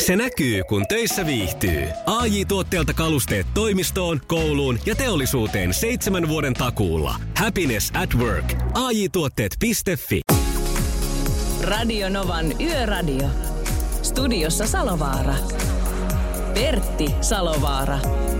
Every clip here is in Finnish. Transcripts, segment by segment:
Se näkyy, kun töissä viihtyy. AJ Tuotteelta kalusteet toimistoon, kouluun ja teollisuuteen 7 vuoden takuulla. Happiness at work. AJ-tuotteet.fi. Radio Novan Yöradio. Studiossa Salovaara. Pertti Salovaara.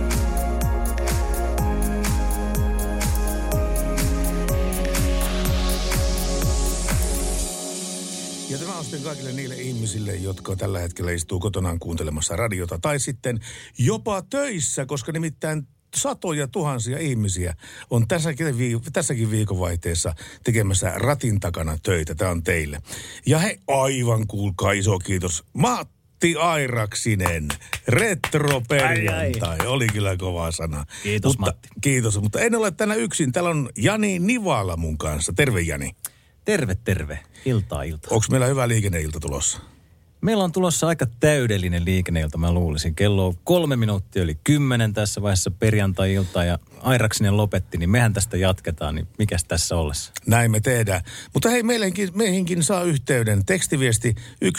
Ja tämä on sitten kaikille niille ihmisille, jotka tällä hetkellä istuu kotonaan kuuntelemassa radiota tai sitten jopa töissä, koska nimittäin satoja tuhansia ihmisiä on tässäkin viikonvaihteessa tekemässä ratin takana töitä. Tämä on teille. Ja he aivan kuulkaa iso kiitos. Matti Airaksinen, retroperjantai. Oli kyllä kova sana. Kiitos Matti. Kiitos, mutta en ole tänään yksin. Täällä on Jani Nivala mun kanssa. Terve Jani. Terve. Iltaa. Onko meillä hyvä liikenneilta tulossa? Meillä on tulossa aika täydellinen liikenneilta, mä luulisin. Kello on 3 minuuttia yli 10 tässä vaiheessa perjantai-iltaa ja Airaksinen lopetti, niin mehän tästä jatketaan, niin mikäs tässä ollessa? Näin me tehdään. Mutta hei, meihinkin saa yhteyden. Tekstiviesti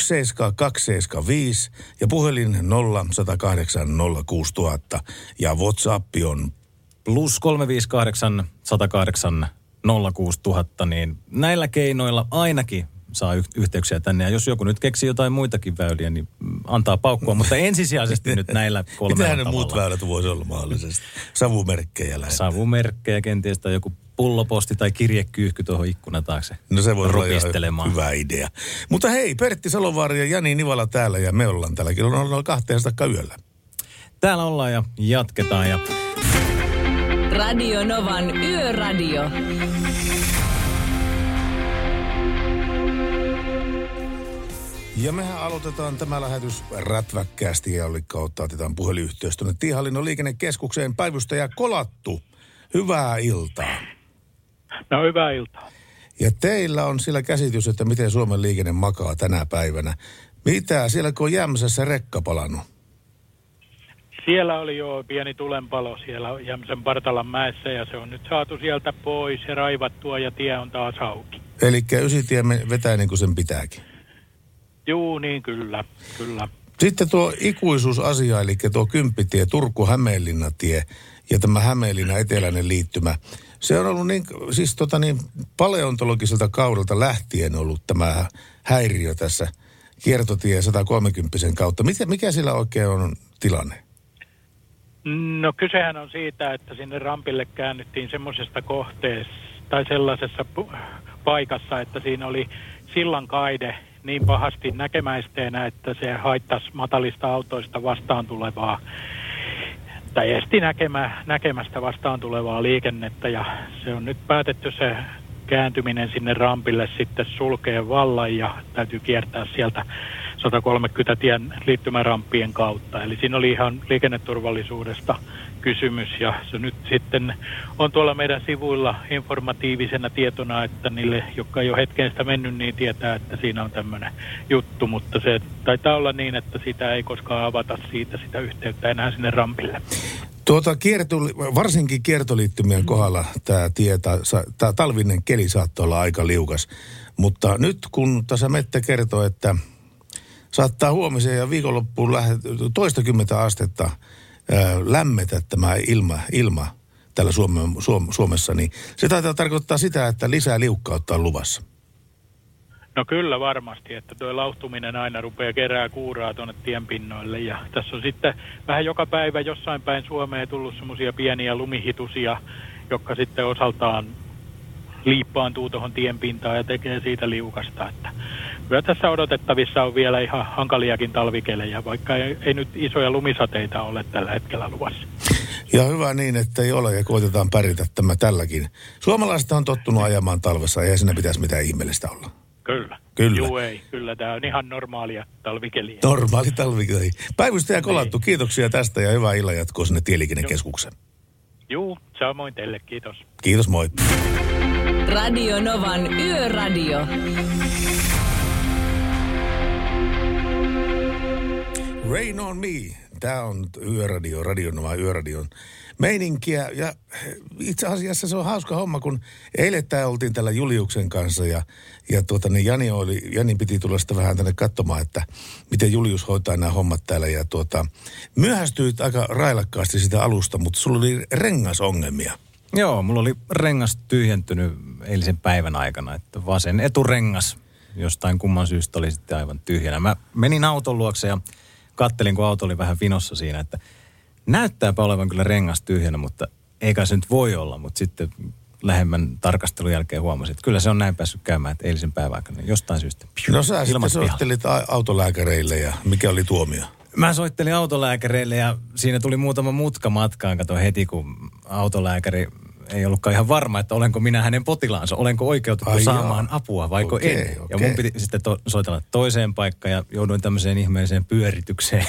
17275 ja puhelin 0108 06000 ja WhatsApp on plus 358 108 06000, niin näillä keinoilla ainakin saa yhteyksiä tänne. Ja jos joku nyt keksii jotain muitakin väyliä, niin antaa paukkua, mutta ensisijaisesti nyt näillä 3 tavalla. Mitähän ne muut väylät voisi olla mahdollisesti? Savumerkkejä lähettää. Savumerkkejä kenties tai joku pulloposti tai kirjekyyhky tuohon ikkunan taakse. No se voi olla ihan hyvä idea. Mutta hei, Pertti Salovaara ja Jani Nivala täällä ja me ollaan täällä. Kello on 2 saakka yöllä. Täällä ollaan ja jatketaan ja Radio Novan Yöradio. Ja mehän aloitetaan tämä lähetys rätväkkäästi ja oli kautta otetaan puhelinyhteys tuonne Tiehallinnon liikennekeskukseen. Päivystäjä Kolattu, hyvää iltaa. No hyvää iltaa. Ja teillä on sillä käsitys, että miten Suomen liikenne makaa tänä päivänä. Mitä, sielläkö on Jämsässä rekka palannut? Siellä oli jo pieni tulenpalo siellä Jämsän Partalan mäessä ja se on nyt saatu sieltä pois ja raivattua ja tie on taas auki. Elikkä Ysitie vetää niin kuin sen pitääkin. Juu, niin kyllä. Sitten tuo ikuisuusasia, eli tuo Kymppitie, Turku-Hämeenlinna-tie ja tämä Hämeenlinnan eteläinen liittymä. Se on ollut paleontologiselta kaudelta lähtien ollut tämä häiriö tässä kiertotie 130 kautta. Mikä sillä oikein on tilanne? No kysehän on siitä, että sinne rampille käännyttiin semmoisesta kohteessa tai sellaisessa paikassa, että siinä oli sillan kaide niin pahasti näkemäisteenä, että se haittasi matalista autoista vastaan tulevaa tai esti näkemästä vastaan tulevaa liikennettä ja se on nyt päätetty se kääntyminen sinne rampille sitten sulkee vallan ja täytyy kiertää sieltä 130 tien liittymärampien kautta. Eli siinä oli ihan liikenneturvallisuudesta kysymys ja se nyt sitten on tuolla meidän sivuilla informatiivisena tietona, että niille, jotka ei ole hetken sitä mennyt, niin tietää, että siinä on tämmöinen juttu, mutta se taitaa olla niin, että sitä ei koskaan avata sitä yhteyttä enää sinne rampille. Varsinkin kiertoliittymien kohdalla tämä talvinen keli saattoi olla aika liukas, mutta nyt kun tässä Mette kertoo, että saattaa huomiseen ja viikonloppuun toistakymmentä astetta lämmetä tämä ilma täällä Suomessa, niin se taitaa tarkoittaa sitä, että lisää liukkautta on luvassa. No kyllä varmasti, että tuo lauhtuminen aina rupeaa kerää kuuraa tuonne tienpinnoille ja tässä on sitten vähän joka päivä jossain päin Suomeen tullut semmoisia pieniä lumihitusia, jotka sitten osaltaan liippaantuu tuohon tienpintaan ja tekee siitä liukasta, että kyllä tässä odotettavissa on vielä ihan hankaliakin talvikelejä, vaikka ei nyt isoja lumisateita ole tällä hetkellä luvassa. Ja hyvä niin, että ei ole ja koitetaan pärjätä tämä tälläkin. Suomalaiset on tottunut ajamaan talvessa, ei siinä pitäisi mitään ihmeellistä olla. Kyllä. Juu ei, kyllä tämä on ihan normaalia talvikeliä. Normaali talvikeli. Päivystäjä Kolattu, kiitoksia tästä ja hyvää illan jatkoa sinne Tieliikennekeskukseen. Juu, samoin teille, kiitos. Kiitos, moi. Radio Novan Yöradio. Rain on me. Tämä on Yöradio, Radionova Yöradion meininkiä. Ja itse asiassa se on hauska homma, kun eilettäin oltiin täällä Juliuksen kanssa ja Jani piti tulla sitä vähän tänne katsomaan, että miten Julius hoitaa nämä hommat täällä. Ja myöhästyit aika railakkaasti sitä alusta, mutta sulla oli rengasongelmia. Joo, mulla oli rengas tyhjentynyt eilisen päivän aikana, että vasen eturengas jostain kumman syystä oli sitten aivan tyhjänä. Mä menin auton luokse ja kattelin, kun auto oli vähän vinossa siinä, että näyttääpä olevan kyllä rengas tyhjänä, mutta eikä se nyt voi olla. Mutta sitten lähemmän tarkastelun jälkeen huomasin, että kyllä se on näin päässyt käymään, että eilisen päivän aikana jostain syystä. No sä sitten soittelit autolääkäreille ja mikä oli tuomio? Mä soittelin autolääkäreille ja siinä tuli muutama mutka matkaan. Kato heti, kun autolääkäri ei ollutkaan ihan varma, että olenko minä hänen potilaansa. Olenko oikeutettu saamaan apua vaiko en. Ja mun piti sitten soitella toiseen paikkaan ja jouduin tämmöiseen ihmeelliseen pyöritykseen.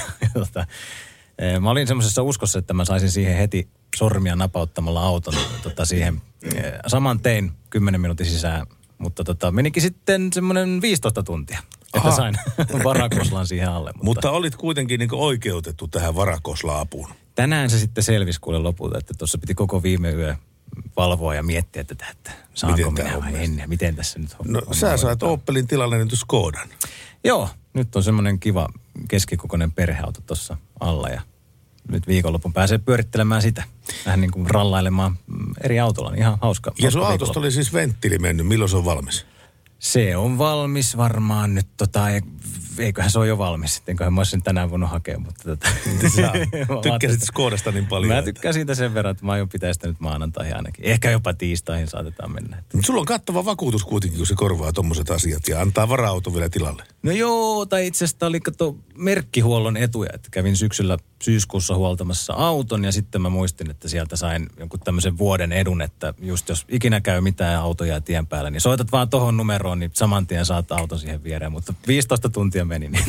Mä olin semmoisessa uskossa, että mä saisin siihen heti sormia napauttamalla auton siihen saman tein 10 minuutin sisään. Mutta menikin sitten semmoinen 15 tuntia, että sain varakoslan siihen alle. Mutta olit kuitenkin niin oikeutettu tähän varakosla-apuun. Tänään se sitten selvisi kuule lopulta, että tuossa piti koko viime yö valvoa ja miettiä tätä, että saanko minä vai en, miten tässä nyt on. No sä sait Opelin tilalle nyt Skodan. Joo, nyt on semmoinen kiva keskikokoinen perheauto tuossa alla ja nyt viikonlopun pääsee pyörittelemään sitä. Vähän niin kuin rallailemaan eri autolla, niin ihan hauska. Ja sun autosta oli siis venttiili mennyt, milloin se on valmis? Se on valmis varmaan nyt, eiköhän se ole jo valmis. Enköhän mä sen tänään voinut hakea, mutta tykkäsit Skodasta niin paljon? Mä tykkään siitä sen verran, että mä aion pitää sitä nyt maanantaihin ainakin. Ehkä jopa tiistaihin saatetaan mennä. Mutta sulla on kattava vakuutus kuitenkin, kun se korvaa tommoset asiat ja antaa vara-auto vielä tilalle. No joo, tai itse asiassa oli merkkihuollon etuja, että kävin syyskuussa huoltamassa auton ja sitten mä muistin, että sieltä sain jonkun tämmöisen vuoden edun, että just jos ikinä käy mitään autoja tien päällä, niin soitat vaan tohon numeroon, niin saman tien saat auton siihen viereen, mutta 15 tuntia meni, niin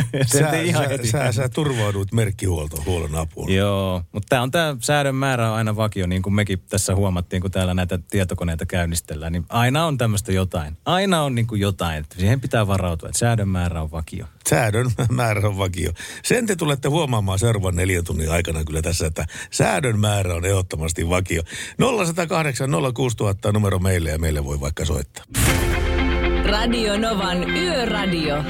Sä turvauduit merkkihuollon apuun. Joo, mutta tämä säädön määrä on aina vakio, niin kuin mekin tässä huomattiin, kun täällä näitä tietokoneita käynnistellään, niin aina on tämmöistä jotain. Aina on niin kuin jotain, että siihen pitää varautua, että säädön määrä on vakio. Säädön määrä on vakio. Sen te tulette huomaamaan seuraavan 4 tunnin aikana kyllä tässä, että säädön määrä on ehdottomasti vakio. 0108 06000 numero meille ja meille voi vaikka soittaa. Radio Novan Yöradio.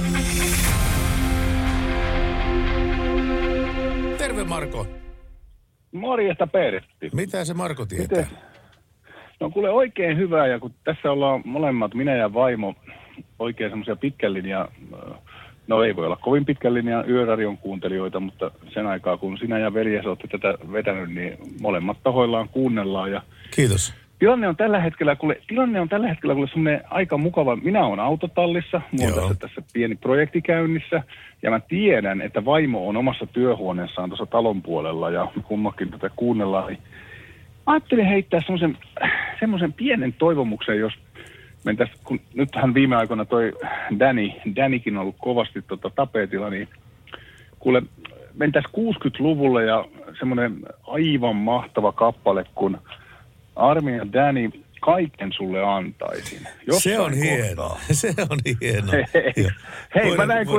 Terve Marko. Morjesta Pertti. Mitä se Marko tietää? Miten? No kuule oikein hyvää ja kun tässä ollaan molemmat, minä ja vaimo, oikein semmoisia pitkän linjan, no ei voi olla kovin pitkän linjan Yöradion kuuntelijoita, mutta sen aikaa kun sinä ja veljes olette tätä vetänyt, niin molemmat tahoillaan kuunnellaan. Ja kiitos. Tilanne on tällä hetkellä kuule semmoinen aika mukava. Minä olen autotallissa, mulla on tässä pieni projekti käynnissä. Ja mä tiedän, että vaimo on omassa työhuoneessaan tuossa talon puolella ja kummakin tätä kuunnellaan. Niin ajattelin heittää semmoisen pienen toivomuksen, jos mentäisiin, kun nythän viime aikoina toi Dannykin on ollut kovasti tapetilla, niin kuule mentäisiin 60-luvulle ja semmoinen aivan mahtava kappale, kun Armia Danny, kaiken sulle antaisin. Se on hienoa. Se on hienoa. Hei,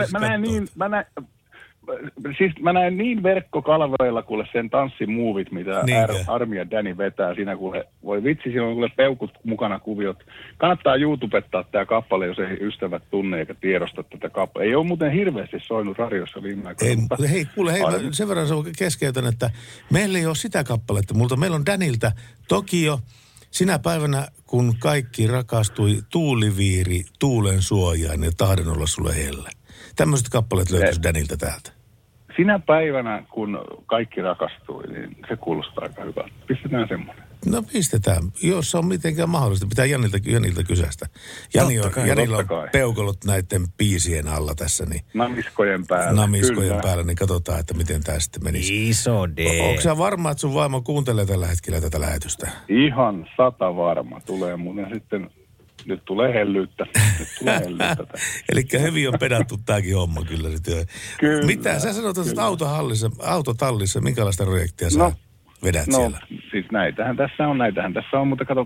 mä näen niin verkkokalvoilla kuule sen tanssimuuvit, mitä Armia Danny vetää. Siinä kuule, voi vitsi, siinä on kuule peukut mukana kuviot. Kannattaa YouTubettaa tää kappale, jos ei ystävät tunne eikä tiedosta tätä kappale. Ei ole muuten hirveästi soinut radiossa viime aikoina. Hei, sen verran se on keskeytän, että meillä ei ole sitä kappaletta. Meillä on Danilta Tokio. Sinä päivänä, kun kaikki rakastui, tuuliviiri, tuulen suojaan ja tahdon olla sulle hellä. Tämmöiset kappaleet löytyisi Danilta täältä. Sinä päivänä, kun kaikki rakastui, niin se kuulostaa aika hyvältä. Pistetään semmoinen. No pistetään. Jos on mitenkään mahdollista, pitää Janilta kysästä. Janilla on peukolot näiden biisien alla tässä. Niin namiskojen päällä, niin katsotaan, että miten tämä sitten menisi. Iso D. Onko sä varma, että sun vaimo kuuntelee tällä hetkellä tätä lähetystä? Ihan 100 varma. Tulee muuten sitten, nyt tulee hellyyttä. Elikkä hyvin on pedattu tämäkin homma kyllä. Kyllä. Mitä sä sanot, että autotallissa, minkälaista projektia sä vedät siellä? Siis näitähän tässä on, mutta kato,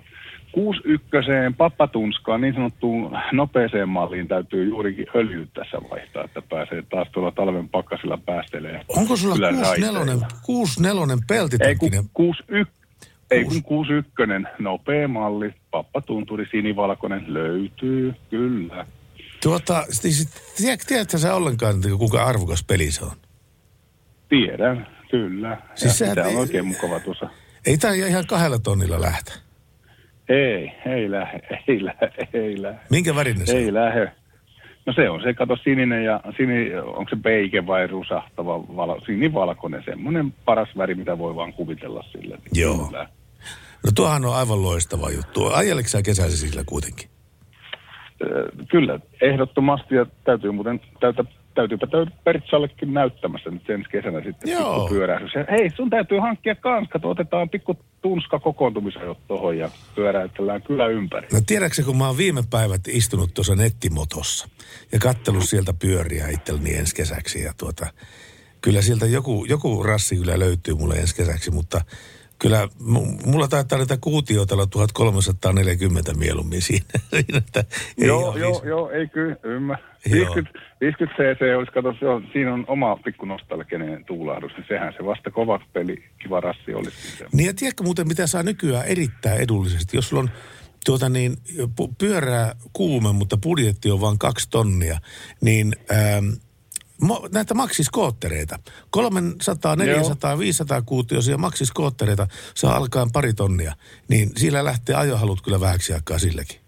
61 pappatunskaan niin sanottuun nopeeseen malliin täytyy juurikin öljyt tässä vaihtaa, että pääsee taas tuolla talven pakkasilla päästelee. Onko sulla 64 peltitankkinen? Ei kun 61 nopea malli, pappatunturi sinivalkoinen löytyy, kyllä. Tiedätkö sä ollenkaan, kuinka arvokas peli se on? Tiedän, kyllä. Siis tämä on oikein mukava tuossa. Ei tämä ihan 2 tonnilla lähtä. Ei lähde. Minkä värinen se on? Ei lähde. No se on se, kato sininen ja onko se beike vai rusahtava sinivalkoinen, semmoinen paras väri, mitä voi vaan kuvitella sille. Joo. Kyllä. No tuohan on aivan loistava juttu. Ajeleeko sä kesäsi sillä kuitenkin? Kyllä, ehdottomasti ja täytyypä Pertsallekin näyttämässä nyt ensi kesänä sitten pikkupyörähdys. Hei, sun täytyy hankkia kans, otetaan pikku tunska kokoontumisajot tohon ja pyöräytellään kyllä ympäri. No tiedätkö, kun mä oon viime päivät istunut tuossa nettimotossa ja kattellut sieltä pyöriä itselleni ensi kesäksi ja kyllä sieltä joku rassi kyllä löytyy mulle ensi kesäksi, mutta kyllä mulla taitaa näitä kuutioita olla 1340 mieluummin siinä. Joo, ei kyllä, ymmärrä. 50 cc olisi, kato, siinä on oma pikku nostalginen tuulahdus, niin sehän se vasta kova peli, kiva rassi olisi. Niin ja tiedätkö muuten, mitä saa nykyään erittäin edullisesti, jos sulla on pyörää kuume, mutta budjetti on vain 2 tonnia, niin näitä maksiskoottereita, 300, 400, 500 kuutioisia maksiskoottereita saa alkaen 2 tonnia, niin siellä lähtee ajohalut kyllä vähäksi aikaa silläkin.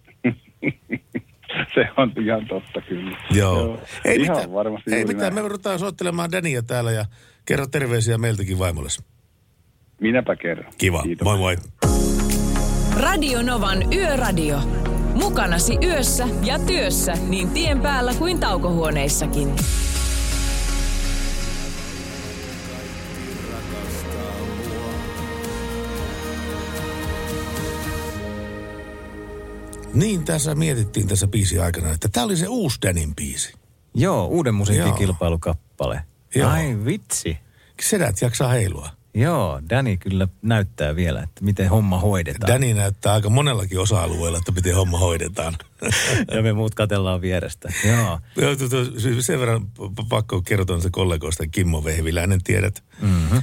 Se on ihan totta kyllä. Joo. Ei ihan mitään, varmasti ei mitään. Me ruvetaan soittelemaan Dania täällä ja kerro terveisiä meiltäkin vaimollesi. Minäpä kerron. Kiva. Kiitos. Moi moi. Radio Novan Yöradio. Mukanasi yössä ja työssä niin tien päällä kuin taukohuoneissakin. Niin, tässä mietittiin tässä biisin aikana, että tämä oli se uusi Danin biisi. Joo, uuden musiikin kilpailukappale. Joo. Ai vitsi. Sedät jaksaa heilua. Joo, Danny kyllä näyttää vielä, että miten homma hoidetaan. Danny näyttää aika monellakin osa-alueella, että miten homma hoidetaan. Ja me muut katellaan vierestä. Joo. Sen verran pakko kertoa se kollegoista, Kimmo Vehviläinen, tiedät. Mm-hmm.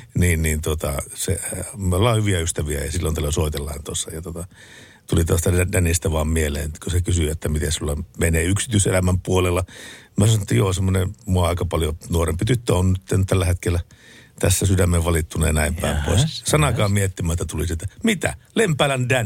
Me ollaan hyviä ystäviä ja silloin tällä soitellaan tuossa. Ja tuli tuosta Dannystä vaan mieleen, kun se kysyy, että miten sulla menee yksityiselämän puolella. Mä sanoin, että joo, semmoinen mua aika paljon nuorempi tyttö on nyt tällä hetkellä tässä sydämen valittuna ja näin päin pois. Sanakaan miettimättä tuli sitä, mitä? Lempälän Danny.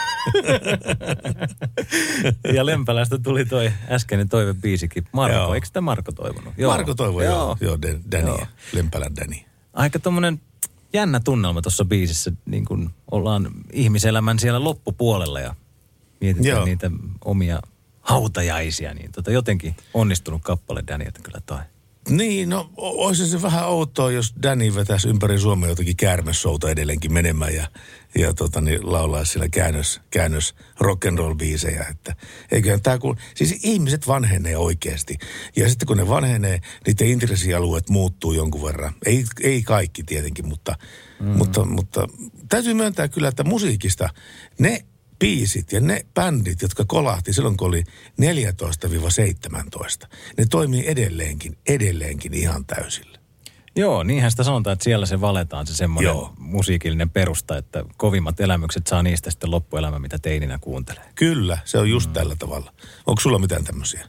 Ja Lempälästä tuli toi äskeinen toivebiisikin. Marko, eikö sitä Marko toivonut? Joo. Marko toivoi, joo Danny, Lempälän Danny. Aika tommonen jännä tunnelma tuossa biisissä, niin kuin ollaan ihmiselämän siellä loppupuolella ja mietitään niitä omia hautajaisia, niin jotenkin onnistunut kappale Danny, kyllä toi. Niin, no olisi se vähän outoa, jos Danny vetäisi ympäri Suomea jotakin käärmessouta edelleenkin menemään ja laulaisi siellä käännös rock'n'roll-biisejä, että eiköhän tämä siis ihmiset vanhenee oikeasti. Ja sitten kun ne vanhenee, niiden intressialueet muuttuu jonkun verran. Ei kaikki tietenkin, mutta täytyy myöntää kyllä, että musiikista ne biisit ja ne bändit, jotka kolahti silloin, kun oli 14-17, ne toimii edelleenkin ihan täysillä. Joo, niinhän sitä sanotaan, että siellä se valetaan se semmoinen musiikillinen perusta, että kovimmat elämykset saa niistä sitten loppuelämä, mitä teininä kuuntelee. Kyllä, se on just tällä tavalla. Onko sulla mitään tämmöisiä?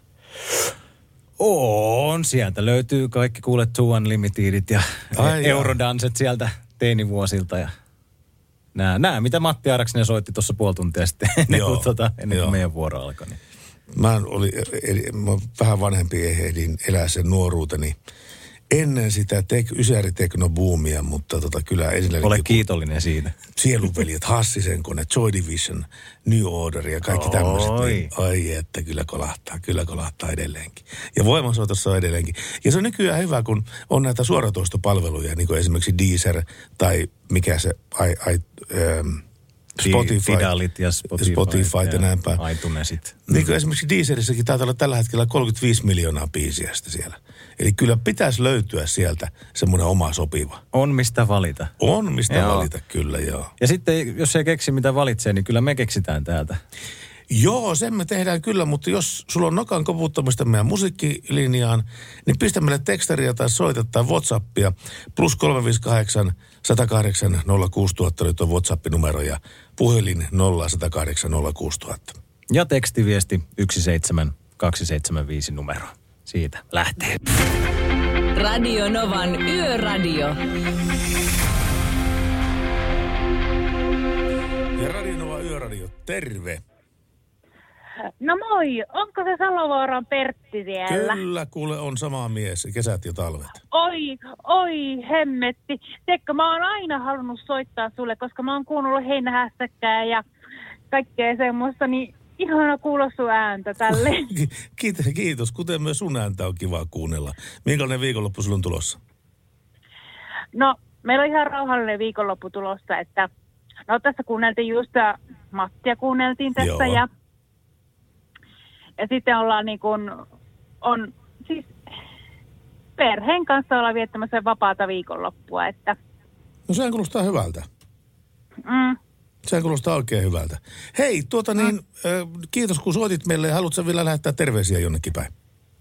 On, sieltä löytyy kaikki kuule Two Unlimitedit ja Eurodanset sieltä teinivuosilta ja Nää, mitä Matti Araksinen soitti tuossa puoli tuntia sitten ennen kuin meidän vuoro alkoi. Niin. Mä vähän vanhempi ehdin elää sen nuoruuteni ennen sitä ysäriteknobuumia, mutta kyllä edelleen. Ole kiitollinen siitä. Sielunveljet, Hassisen kone, Joy Division, New Order ja kaikki tämmöiset. Ai että kyllä kolahtaa edelleenkin. Ja voimansoitossa on edelleenkin. Ja se on nykyään hyvä, kun on näitä suoratoistopalveluja, niin kuin esimerkiksi Deezer tai mikä se Fidalit ja Spotify ja näin päin. iTunesit. Niin kuin esimerkiksi Deezerissäkin taitaa olla tällä hetkellä 35 miljoonaa biisiä siellä. Eli kyllä pitäisi löytyä sieltä semmoinen oma sopiva. On mistä valita. On mistä valita, kyllä joo. Ja sitten jos ei keksi mitä valitsee, niin kyllä me keksitään täältä. Joo, sen me tehdään kyllä, mutta jos sulla on nokan koputtamista meidän musiikkilinjaan, niin pistä meille tekstaria tai soita tai WhatsAppia. +358 108 06000 nyt on WhatsApp-numero ja puhelin 0108 06000. Ja tekstiviesti 17275 numero. Siitä lähtee. Radio Novan Yöradio. Ja Radio Nova Yöradio, terve. No moi, onko se Salovaaran Pertti siellä? Kyllä, kuule, on sama mies, kesät ja talvet. Oi, hemmetti. Teekö, mä oon aina halunnut soittaa sulle, koska mä oon kuunnellut heinähässäkkää ja kaikkea semmoista, niin ihana kuulla sun ääntä tälle. Kiitos, kuten myös sun ääntä on kiva kuunnella. Minkälainen viikonloppu sulla on tulossa? No, meillä on ihan rauhallinen viikonloppu tulossa, että tässä kuunneltiin just Mattia kuunneltiin tässä ja sitten ollaan niin kuin, siis perheen kanssa ollaan viettämässä vapaata viikonloppua, että. No sehän kuulostaa hyvältä. Sehän kuulostaa oikein hyvältä. Hei, kiitos kun soitit meille. Haluatko vielä lähettää terveisiä jonnekin päin?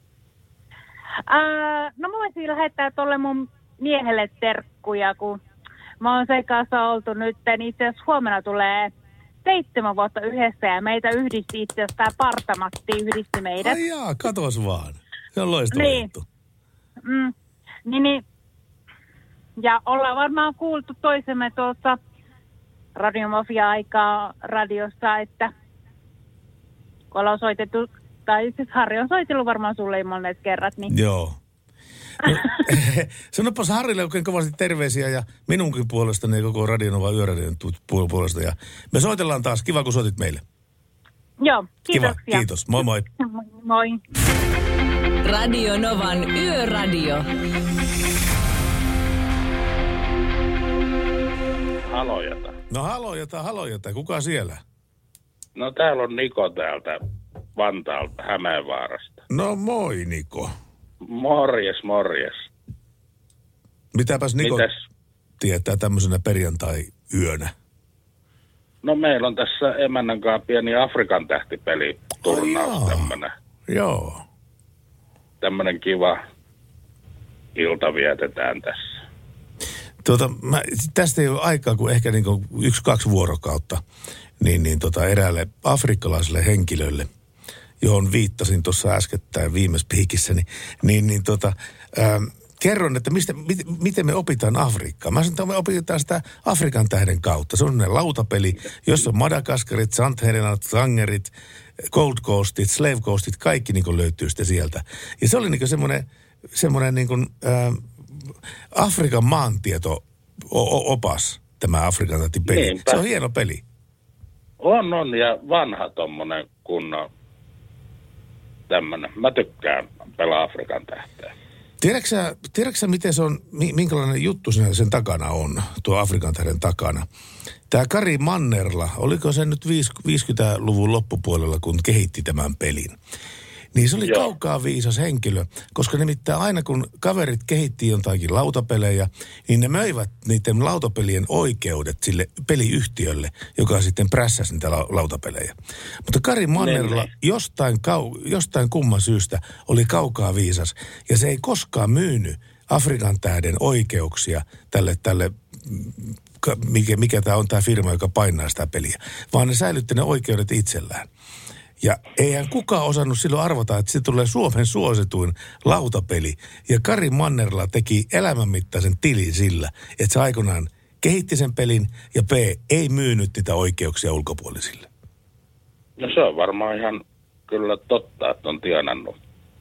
No mä voisin lähettää tolle mun miehelle terkkuja, kun mä oon sen kanssa oltu nyt, itse asiassa huomenna tulee 7 vuotta yhdessä ja meitä yhdisti itse asiassa, tää Partamatti yhdisti meidät. Ai jaa, katos vaan. Se on loistava juttu. Niin. Ja ollaan varmaan kuultu toisemme tuossa Radiomafia-aikaa radiossa, että kun ollaan soitettu, tai siis Harri on soitellut varmaan sulle monet kerrat. Niin. Joo. No, sanopas Harrille oikein kovasti terveisiä ja minunkin puolestani ja koko Radio Nova Yöradion puolesta. Ja me soitellaan taas. Kiva, kun soitit meille. Joo, kiitoksia. Kiva, kiitos. Moi moi. Moi. Radio Novan Yöradio. Halojata. No halojata. Kuka siellä? No täällä on Niko täältä Vantaalta, Hämeenvaarasta. No moi Niko. Morjes. Mitäpäs Niko tietää tämmöisenä perjantai-yönä? No meillä on tässä emännän kanssa pieni Afrikan tähtipeli turnaus tämmönen. Joo. Tämmönen kiva ilta vietetään tässä. Tästä ei ole aikaa kuin ehkä niin 1-2 vuorokautta eräälle afrikkalaiselle henkilölle, johon viittasin tuossa äskettäin viimeisessä piikissäni, kerron, että miten me opitaan Afrikkaa. Mä sanon, että me opitaan sitä Afrikan tähden kautta. Se on sellainen lautapeli, jossa on Madagaskarit, St. Helenat, Sangerit, Gold Coastit, Slave Coastit, kaikki niin löytyy sitten sieltä. Ja se oli niin semmoinen Afrikan maantieto-opas, tämä Afrikan tähden peli. Niinpä. Se on hieno peli. On, ja vanha tommonen kunnon tämmönen. Mä tykkään pelaa Afrikan tähteä. Tiedätkö miten se on, minkälainen juttu sen takana on, tuo Afrikan tähden takana? Tämä Kari Mannerla, oliko se nyt 50-luvun loppupuolella, kun kehitti tämän pelin? Niin se oli kaukaa viisas henkilö, koska nimittäin aina kun kaverit kehitti jotakin lautapelejä, niin ne möivät niiden lautapelien oikeudet sille peliyhtiölle, joka sitten prässäsi niitä lautapelejä. Mutta Kari Mannerla jostain kumman syystä oli kaukaa viisas, ja se ei koskaan myynyt Afrikan tähden oikeuksia tälle mikä tämä on tämä firma, joka painaa sitä peliä, vaan ne säilytti ne oikeudet itsellään. Ja eihän kukaan osannut silloin arvata, että se tulee Suomen suosituin lautapeli. Ja Kari Mannerla teki elämänmittaisen tilin sillä, että se aikoinaan kehitti sen pelin ja ei myynyt niitä oikeuksia ulkopuolisille. No se on varmaan ihan kyllä totta, että on tienannut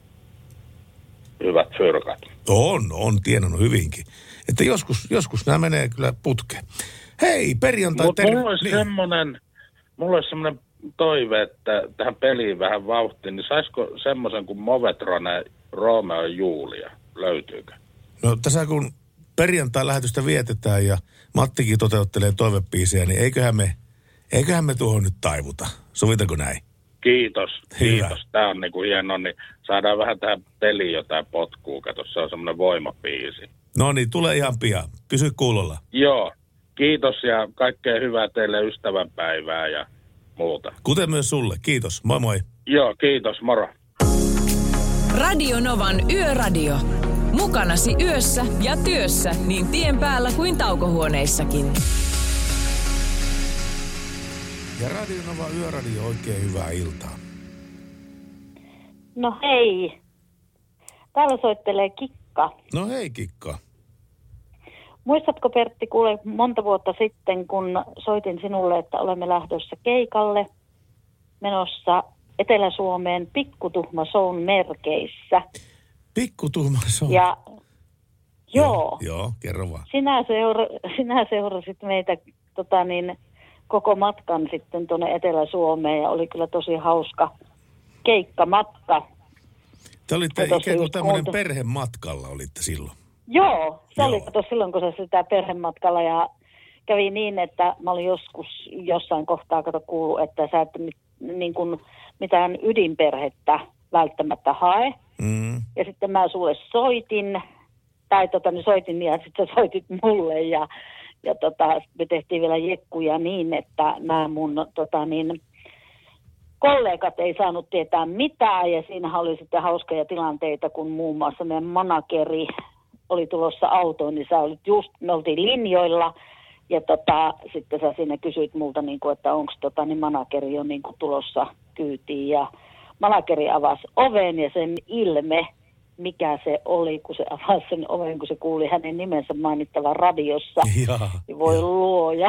hyvät fyrkat. On tienannut hyvinkin. Että joskus nämä menee kyllä putkeen. Hei, perjantai... Mutta mulla olisi semmoinen toive, että tähän peliin vähän vauhtiin, niin saisiko semmoisen kuin Movetrone Romeo Julia? Löytyykö? No tässä kun perjantai-lähetystä vietetään ja Mattikin toteuttelee toivepiisiä, niin eiköhän Eiköhän me tuohon nyt taivuta. Sovitako näin? Kiitos. Hyvä. Kiitos. Tämä on niin kuin hieno, niin saadaan vähän tähän peliin jotain potkua. Kato, se on semmoinen voimapiisi. No niin, tulee ihan pian. Pysy kuulolla. Joo. Kiitos ja kaikkea hyvää teille ystävänpäivää ja muuta. Kuten myös sulle. Kiitos. Moi moi. Joo, kiitos. Moro. Radio Novan Yöradio. Mukanasi yössä ja työssä niin tien päällä kuin taukohuoneissakin. Ja Radio Nova Yöradio, oikein hyvää iltaa. No hei. Täällä soittelee Kikka. No hei Kikka. Muistatko Pertti, kuule monta vuotta sitten, kun soitin sinulle, että olemme lähdössä keikalle menossa Etelä-Suomeen Pikkutuhma Shown merkeissä. Pikkutuhma Show? Ja joo. Joo, kerro vaan. Sinä seurasit meitä koko matkan sitten tuonne Etelä-Suomeen ja oli kyllä tosi hauska keikkamatka. Te olitte ikään kuin tämmöinen perhematkalla olitte silloin. Joo, se oli silloin, kun se sitä perhematkalla ja kävi niin, että mä olin joskus jossain kohtaa kuullut, että sä et niin kuin mitään ydinperhettä välttämättä hae. Mm. Ja sitten mä sulle soitin, soitin ja sitten sä soitit mulle ja me tehtiin vielä jekkuja niin, että nämä mun kollegat ei saanut tietää mitään ja siinähän oli sitten hauskoja tilanteita, kun muun muassa meidän manageri oli tulossa autoon, niin me oltiin linjoilla ja sitten sä siinä kysyit multa, niin kuin, että onko manageri on niin kuin tulossa kyytiin ja manageri avasi oven ja sen ilme, mikä se oli, kun se avasi sen oven, kun se kuuli hänen nimensä mainittavan radiossa. Niin voi luoja.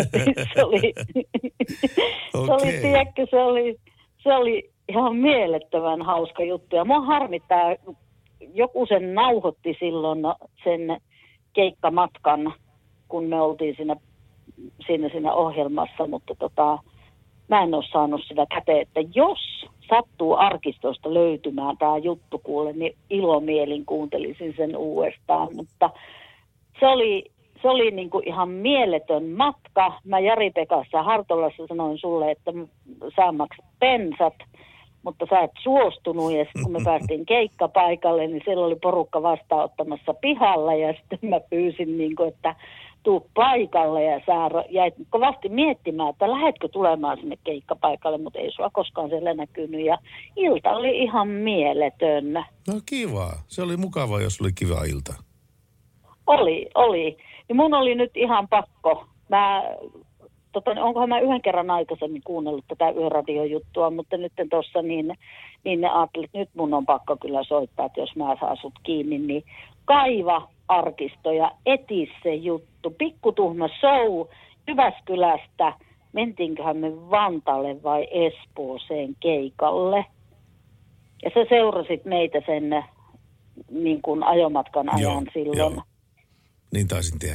Se oli ihan mielettömän hauska juttu. Ja mua harmittaa, joku sen nauhoitti silloin sen keikkamatkan, kun me oltiin siinä ohjelmassa, mutta mä en ole saanut sitä käteen, että jos sattuu arkistosta löytymään tämä juttu kuule, niin ilomielin kuuntelisin sen uudestaan, mutta se oli niin kuin ihan mieletön matka. Mä Jari-Pekassa Hartolassa sanoin sulle, että sä maksat pensat, mutta sä et suostunut ja sitten kun me päästiin keikkapaikalle, niin siellä oli porukka vastaanottamassa pihalla ja sitten mä pyysin niin kuin, että tuu paikalle ja sä jäit kovasti miettimään, että lähetkö tulemaan sinne keikkapaikalle, mutta ei sua koskaan siellä näkynyt ja ilta oli ihan mieletön. No kiva. Se oli mukava, jos oli kiva ilta. Oli. Ja mun oli nyt ihan pakko. Onkohan mä yhden kerran aikaisemmin kuunnellut tätä yöradiojuttua, mutta nyt tuossa niin ne ajattelin, että nyt mun on pakko kyllä soittaa, että jos mä saan sut kiinni, niin kaiva arkisto ja etis se juttu. Pikkutuhma show Jyväskylästä. Mentiinköhän me Vantaalle vai Espooseen keikalle. Ja sä seurasit meitä sen niin kuin ajomatkan ajan silloin. Joo. Niin taisin tehdä,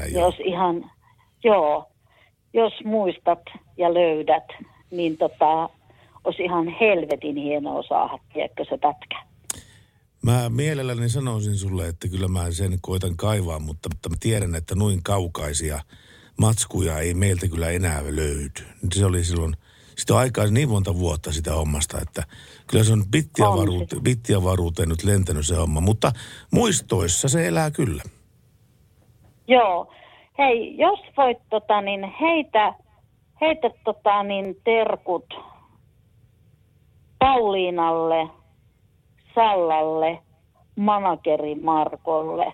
Jos muistat ja löydät, niin olisi ihan helvetin hienoa saada, tiedätkö se pätkä. Mä mielelläni sanoisin sulle, että kyllä mä sen koitan kaivaa, mutta mä tiedän, että noin kaukaisia matskuja ei meiltä kyllä enää löydy. Se oli silloin, sitä on aikaa niin monta vuotta sitä hommasta, että kyllä se on bittiavaruuteen nyt lentänyt se homma, mutta muistoissa se elää kyllä. Joo. Hei, jos voit heitä terkut Pauliinalle, Sallalle, manageri Markolle,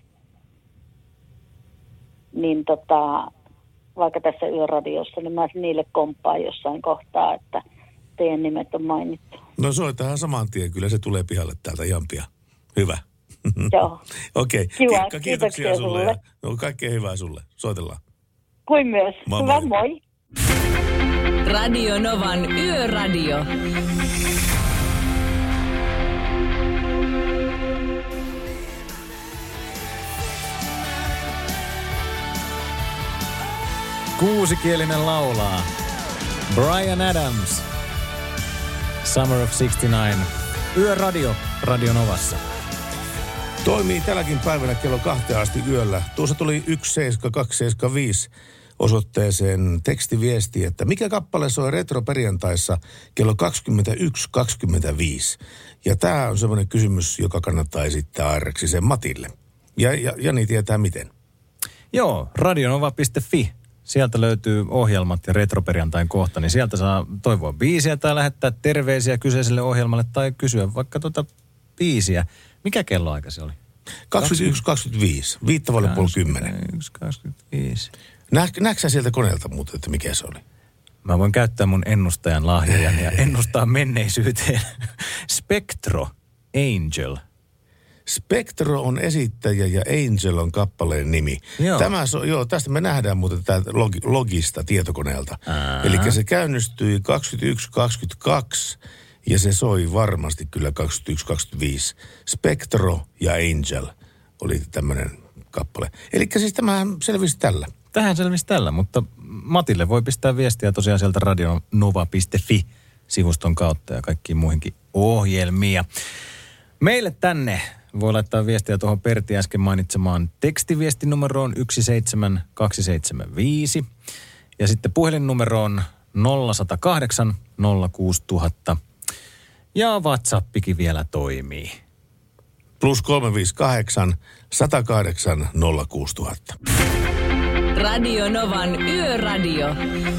niin vaikka tässä yöradiossa, niin mä niille komppaan jossain kohtaa, että teidän nimet on mainittu. No soitahan saman tien, kyllä se tulee pihalle täältä ihan pian. Hyvä. Joo. Okei. Kiva. Kiitoksia sulle. Ja kaikkea hyvää sulle. Soitellaan. Kuin myös. Hyvä, moi. Radio Novan Yöradio. Kuusikielinen laulaa. Bryan Adams. Summer of 69. Yöradio Radio Novassa. Toimii tälläkin päivänä kello 2 asti yöllä. Tuossa tuli 17275 osoitteeseen tekstiviesti, että mikä kappale soi retroperjantaissa kello 21.25. Ja tämä on semmoinen kysymys, joka kannattaa esittää Airreksisen Matille. Ja Jani tietää miten. Joo, radionova.fi. Sieltä löytyy ohjelmat ja retroperjantain kohta, niin sieltä saa toivoa biisiä tai lähettää terveisiä kyseiselle ohjelmalle tai kysyä vaikka biisiä. Mikä kelloaika se oli? 21.25, 21.10. Näetkö sä sieltä koneelta muuten, että mikä se oli? Mä voin käyttää mun ennustajan lahjoja ja ennustaa menneisyyteen. Spectro, Angel. Spectro on esittäjä ja Angel on kappaleen nimi. Joo. Tästä me nähdään muuten täältä logista tietokoneelta. Eli se käynnistyi 21.22 ja se soi varmasti kyllä 21.25. Spectro ja Angel oli tämmöinen kappale. Eli siis tämähän selvisi tällä. Tähän selvisi tällä, mutta Matille voi pistää viestiä tosiaan sieltä radionova.fi-sivuston kautta ja kaikkiin muihinkin ohjelmia. Meille tänne voi laittaa viestiä tuohon Pertti äsken mainitsemaan tekstiviestinumeroon 17275 ja sitten puhelinnumeroon 0108 06000 ja WhatsAppikin vielä toimii. Plus 358 108 06000. Radio Novan Yöradio.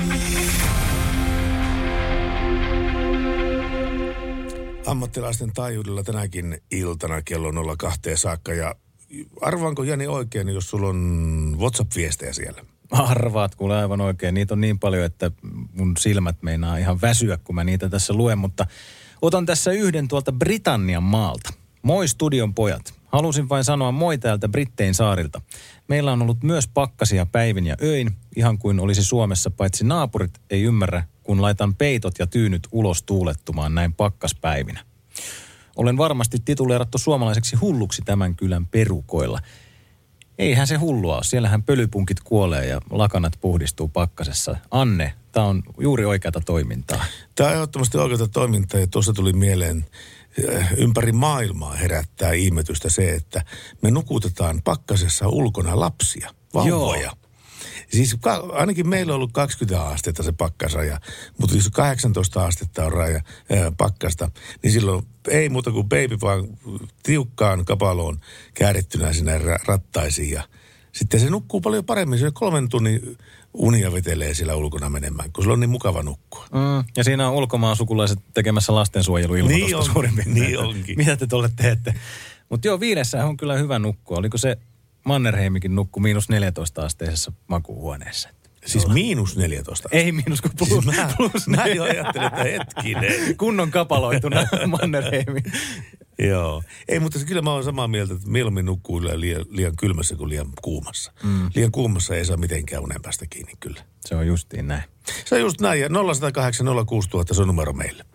Ammattilaisten taajuudella tänäkin iltana kello 02 saakka. Ja arvaanko Jani oikein, jos sulla on WhatsApp-viestejä siellä? Arvaat kuule aivan oikein. Niitä on niin paljon, että mun silmät meinaa ihan väsyä, kun mä niitä tässä luen. Mutta otan tässä yhden tuolta Britannian maalta. Moi studion pojat. Halusin vain sanoa moi täältä Brittein saarilta. Meillä on ollut myös pakkasia päivin ja öin, ihan kuin olisi Suomessa, paitsi naapurit ei ymmärrä, kun laitan peitot ja tyynyt ulos tuulettumaan näin pakkaspäivinä. Olen varmasti tituleerattu suomalaiseksi hulluksi tämän kylän perukoilla. Eihän se hullua ole. Siellähän pölypunkit kuolee ja lakanat puhdistuu pakkasessa. Anne, tämä on juuri oikeata toimintaa. Tämä on ehdottomasti oikeata toimintaa ja tuossa tuli mieleen ympäri maailmaa herättää ihmetystä se, että me nukutetaan pakkasessa ulkona lapsia, vauvoja. Joo. Siis ainakin meillä on ollut 20 astetta se pakkasraja, mutta jos 18 astetta on pakkasta, niin silloin ei muuta kuin baby vaan tiukkaan kapaloon käärittynä sinne rattaisiin. Ja sitten se nukkuu paljon paremmin, se 3 tunnin unia vetelee siellä ulkona menemään, kun sillä on niin mukava nukkua. Ja siinä on ulkomaan sukulaiset tekemässä lastensuojeluilmoitusta suurin piirtein. Niin onkin. Mitä te tuolle teette? Mutta joo, 5 on kyllä hyvä nukkua. Oliko se Mannerheimikin nukku -14 asteisessa makuuhuoneessa? Siis -14? Ei miinus kuin plus. Siis mä jo ajattelin, että hetkinen. Kunnon kapaloituna Mannerheimi. Joo. Ei, mutta kyllä mä oon samaa mieltä, että mieluummin nukkuu liian kylmässä kuin liian kuumassa. Liian kuumassa ei saa mitenkään unen päästä kiinni kyllä. Se on justiin näin. Se on just näin. Ja 0108 06000 se on numero meille.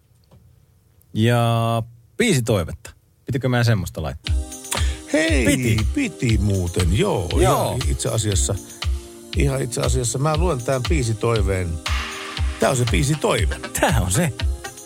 Ja biisitoivetta. Pitikö meidän semmoista laittaa? Hei, piti muuten, joo. Ihan itse asiassa mä luen tämän biisitoiveen. Tää on se biisitoive. Tää on se.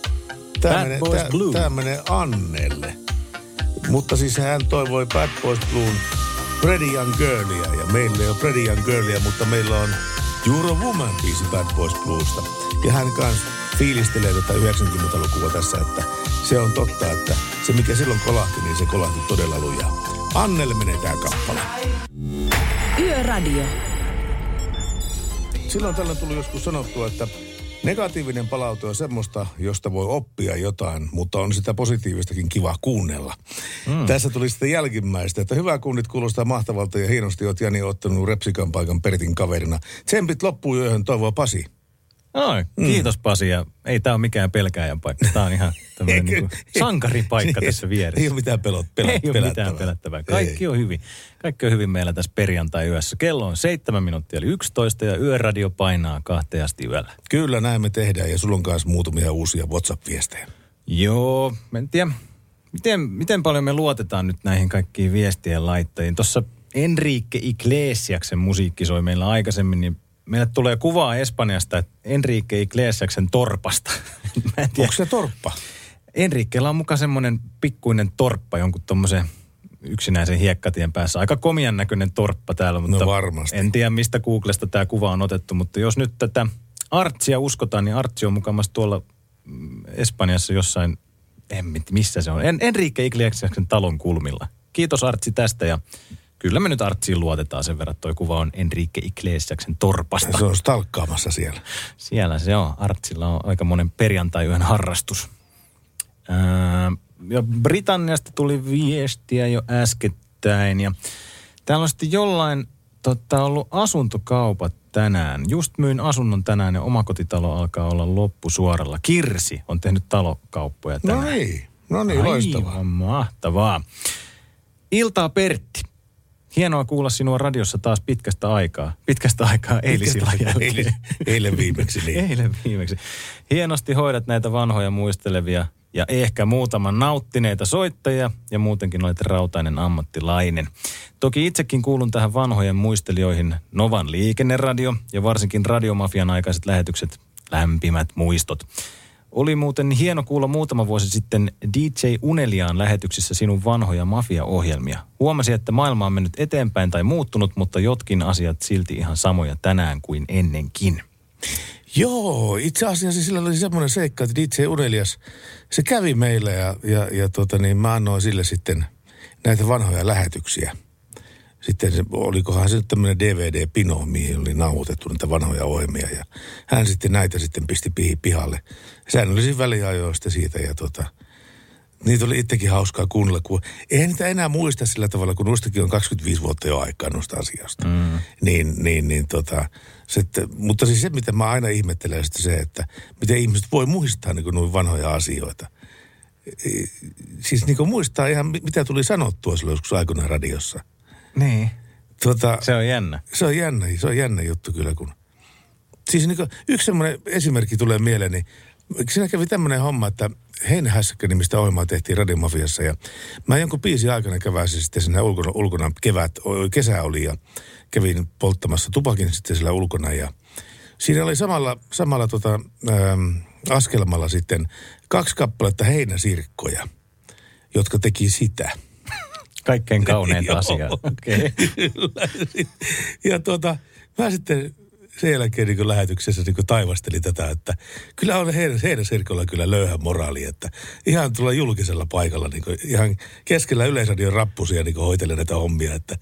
Tää menee Annelle. Mutta siis hän toivoi Bad Boys Blues Pretty Young Girlia. Ja meillä ei ole Pretty Young Girlia, mutta meillä on You're a Woman -biisi Bad Boys Bluesta. Ja hän kanssa fiilistelee tätä 90-lukua tässä, että se on totta, että se mikä silloin kolahti, niin se kolahti todella lujaa. Annelle menee tää kappale. Yöradio. Silloin tällä tuli joskus sanottua, että negatiivinen palaute on semmoista, josta voi oppia jotain, mutta on sitä positiivistakin kiva kuunnella. Tässä tuli sitten jälkimmäistä, että hyvä kunnit kuulostaa mahtavalta ja hienosti oot Jani ottanut Repsikan paikan Pertin kaverina. Tsempit loppuu yöhön, toivoo Pasi. Oi, kiitos Pasi, ja ei tää ole mikään pelkääjän paikka. Tää on ihan tämmöinen niin sankaripaikka tässä vieressä. Ei ole mitään pelättävää. Kaikki on hyvin. Kaikki on hyvin meillä tässä perjantai-yössä. Kello on 7 minuuttia eli 11 ja Yöradio painaa 2 asti yöllä. Kyllä, näin me tehdään ja sulla on kanssa muutamia uusia WhatsApp-viestejä. Joo, en tiedä. Miten paljon me luotetaan nyt näihin kaikkiin viestien laittajiin? Tuossa Enrique Iglesiaksen musiikki soi meillä aikaisemmin, niin meille tulee kuvaa Espanjasta, että Enrique Iglesiaksen torpasta. Onko se torppa? Enriquella on mukaan semmoinen pikkuinen torppa, jonkun tommosen yksinäisen hiekkatien päässä. Aika komian näköinen torppa täällä, mutta varmasti. En tiedä mistä Googlesta tämä kuva on otettu. Mutta jos nyt tätä Artsia uskotaan, niin Artsi on mukamassa tuolla Espanjassa jossain, missä se on, Enrique Iglesiasen talon kulmilla. Kiitos Artsi tästä ja kyllä me nyt Artsiin luotetaan sen verran, että toi kuva on Enrique Iglesiasen torpasta. Se on stalkkaamassa siellä. Siellä se on. Artsilla on aika monen perjantai-yön harrastus. Ja Britanniasta tuli viestiä jo äskettäin ja täällä on sitten jollain ollut asuntokaupat tänään. Just myin asunnon tänään ja omakotitalo alkaa olla loppusuoralla. Kirsi on tehnyt talokauppoja tänään. No niin, loistavaa. Aivan mahtavaa. Iltaa Pertti. Hienoa kuulla sinua radiossa taas pitkästä aikaa eilisillä jälkeen. Eilen viimeksi niin. Eilen viimeksi. Hienosti hoidat näitä vanhoja muistelevia ja ehkä muutaman nauttineita soittajia ja muutenkin olet rautainen ammattilainen. Toki itsekin kuulun tähän vanhojen muistelijoihin Novan liikenneradio ja varsinkin Radiomafian aikaiset lähetykset, lämpimät muistot. Oli muuten hieno kuulla muutama vuosi sitten DJ Uneliaan lähetyksissä sinun vanhoja mafia-ohjelmia. Huomasin, että maailma on mennyt eteenpäin tai muuttunut, mutta jotkin asiat silti ihan samoja tänään kuin ennenkin. Joo, itse asiassa sillä oli semmoinen seikka, että DJ Unelias, se kävi meillä ja mä annoin sille sitten näitä vanhoja lähetyksiä. Sitten olikohan se nyt tämmöinen DVD-pino, mihin oli nauhoitettu niitä vanhoja ohjelmia ja hän sitten näitä sitten pisti pihalle. Säännöllisin väliajoista siitä ja niitä oli itsekin hauskaa kuunnella, kun eihän niitä enää muista sillä tavalla, kun noistakin on 25 vuotta jo aikaa noista asioista. Mutta siis se, mitä mä aina ihmettelen, se, että miten ihmiset voi muistaa niin kuin noin vanhoja asioita. Siis niin kuin muistaa ihan, mitä tuli sanottua silloin joskus aikoinaan radiossa. Niin. Se on jännä. Se on jännä juttu kyllä, kun... Siis niin kuin yksi semmoinen esimerkki tulee mieleen, niin siinä kävi tämmöinen homma, että Heinähässäkkä-nimistä ohjelmaa tehtiin Radiomafiassa ja mä jonkun biisin aikana käväsin sitten siinä ulkona kesä oli ja kävin polttamassa tupakin sitten siellä ulkona ja siinä oli samalla askelmalla sitten 2 kappaletta heinäsirkkoja, jotka teki sitä. Kaikkein kauneinta asiaa. Okay. Ja mä sitten sen jälkeen niin lähetyksessä niin taivastelin tätä, että kyllä on heidän sirkolla kyllä löyhä moraali, että ihan tulla julkisella paikalla, niin ihan keskellä Yleisradion rappusia niin hoitelen näitä hommia, että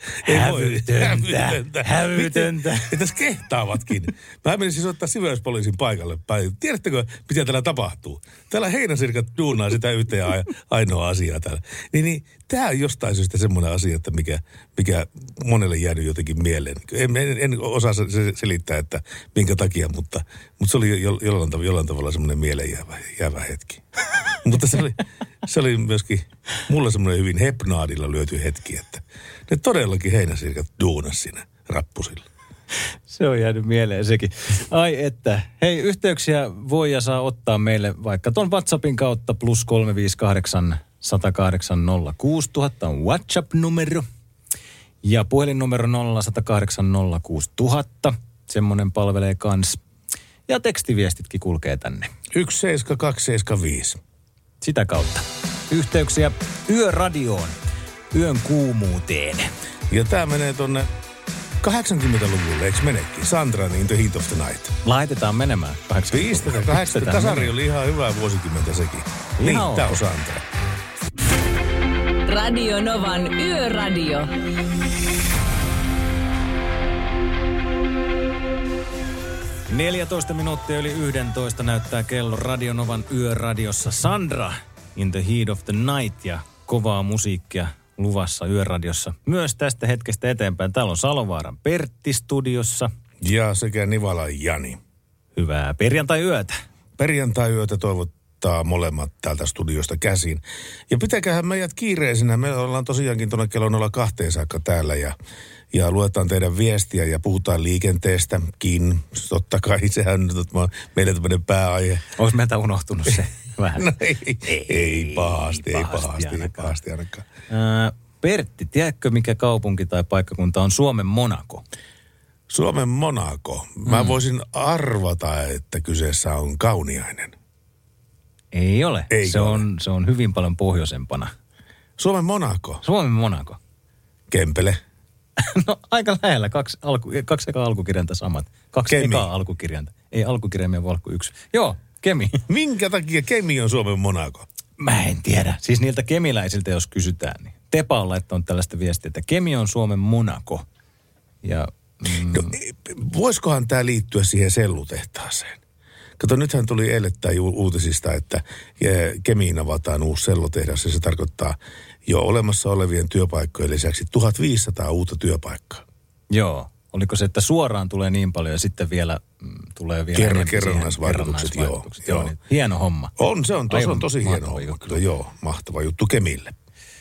hävytöntä. Ja tässä kehtaavatkin. Mä menin siis ottaa Sivöyspoliisin paikalle päin. Tiedättekö, mitä täällä tapahtuu? Täällä heinäsirkat duunaa sitä yhtä ja ainoa asiaa täällä. Niin tämä on jostain syystä semmoinen asia, että mikä monelle jäänyt jotenkin mieleen. En osaa selittää, että minkä takia, mutta se oli jollain tavalla semmoinen mieleen jäävä hetki. Mutta se oli myöskin mulla semmoinen hyvin hepnaadilla lyöty hetki, että ne todellakin heinäsirkat duunas siinä rappusilla. Se on jäänyt mieleen sekin. Ai että. Hei, yhteyksiä voi ja saa ottaa meille vaikka ton WhatsAppin kautta +358 108 06000 on WhatsApp-numero. Ja puhelinnumero 0108 06000. Semmoinen palvelee kans. Ja tekstiviestitkin kulkee tänne. 17275. Sitä kautta. Yhteyksiä Yöradioon. Yön kuumuuteen. Ja tää menee tonne 80-luvulle, eikö menekin? Sandra, In the Heat of the Night. Laitetaan menemään 80-luvulle. 80. Kasari oli ihan hyvä vuosikymmentä sekin. Niin, tää on Sandra. Radio Novan Yöradio. – 14 minuuttia yli 11 näyttää kello Radio Novan Yöradiossa. Sandra, In the Heat of the Night ja kovaa musiikkia luvassa Yöradiossa. Myös tästä hetkestä eteenpäin. Täällä on Salovaaran Pertti studiossa. Ja sekä Nivalan Jani. Hyvää perjantai-yötä. Perjantai-yötä toivottaa molemmat täältä studiosta käsin. Ja pitäköhän meidät kiireisenä. Me ollaan tosiaankin tuonne kello 02 saakka täällä ja luetaan teidän viestiä ja puhutaan liikenteestäkin. Totta kai sehän nyt on meille tämmöinen pääaihe. Onko meiltä unohtunut se vähän? No ei pahasti ainakaan. Pertti, tiedätkö mikä kaupunki tai paikkakunta on Suomen Monaco? Suomen Monaco. Mä voisin arvata, että kyseessä on Kauniainen. Ei ole. Se on hyvin paljon pohjoisempana. Suomen Monaco. Suomen Monaco. Kempele. No aika lähellä. Kaksi ekaa alkukirjainta samat. Kaksi Kemi. ekaa alkukirjainta. Ei alkukirjaimia voi olla kuin yksi. Joo, Kemi. Minkä takia Kemi on Suomen Monaco? Mä en tiedä. Siis niiltä kemiläisiltä, jos kysytään, niin Tepa on laittanut tällaista viestiä, että Kemi on Suomen Monaco. Ja, No, voisikohan tämä liittyä siihen sellutehtaaseen? Kato, nythän tuli eilettäin uutisista, että Kemiin avataan uusi sellutehdas, ja se tarkoittaa jo olemassa olevien työpaikkojen lisäksi 1500 uutta työpaikkaa. Joo. Oliko se, että suoraan tulee niin paljon ja sitten vielä tulee vielä kerrannaisvaikutukset, joo. Niin, hieno homma. Se on tosi hieno homma, kyllä joo. Mahtava juttu Kemille.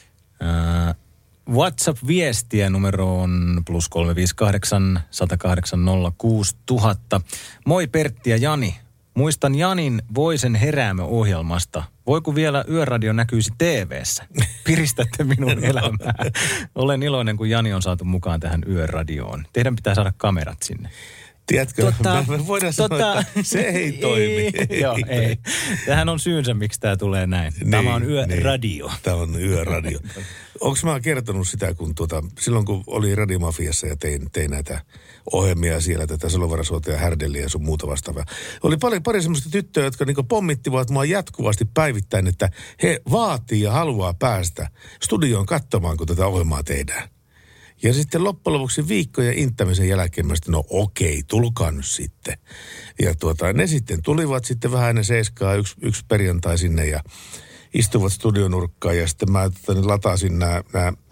WhatsApp-viestiä numero on +358 108 06000. Moi Pertti ja Jani. Muistan Janin Voisen heräämö-ohjelmasta. Voiko vielä Yöradio näkyisi TV:ssä? Piristätte minun elämää. Olen iloinen, kun Jani on saatu mukaan tähän Yöradioon. Teidän pitää saada kamerat sinne. Tiedätkö, me voidaan sanoa, että se ei toimi. Joo, ei. Tähän on syynsä, miksi tämä tulee näin. Tämä on Yöradio. Niin. Tämä on Yöradio. Onko mä kertonut sitä, kun silloin kun oli Radiomafiassa ja tein näitä ohjelmia siellä, tätä Salovarasuota ja Härdelliä ja sun muuta vastaavaa. Oli pari semmoista tyttöjä, jotka niinku pommittivat mua jatkuvasti päivittäin, että he vaatii ja haluaa päästä studioon katsomaan, kun tätä ohjelmaa tehdään. Ja sitten loppujen lopuksi viikkojen inttämisen jälkeen mä sitten, no okei, tulkaa nyt sitten. Ja ne sitten tulivat sitten vähän ennen 7 yksi perjantai sinne ja istuvat studionurkkaan ja sitten mä latasin nämä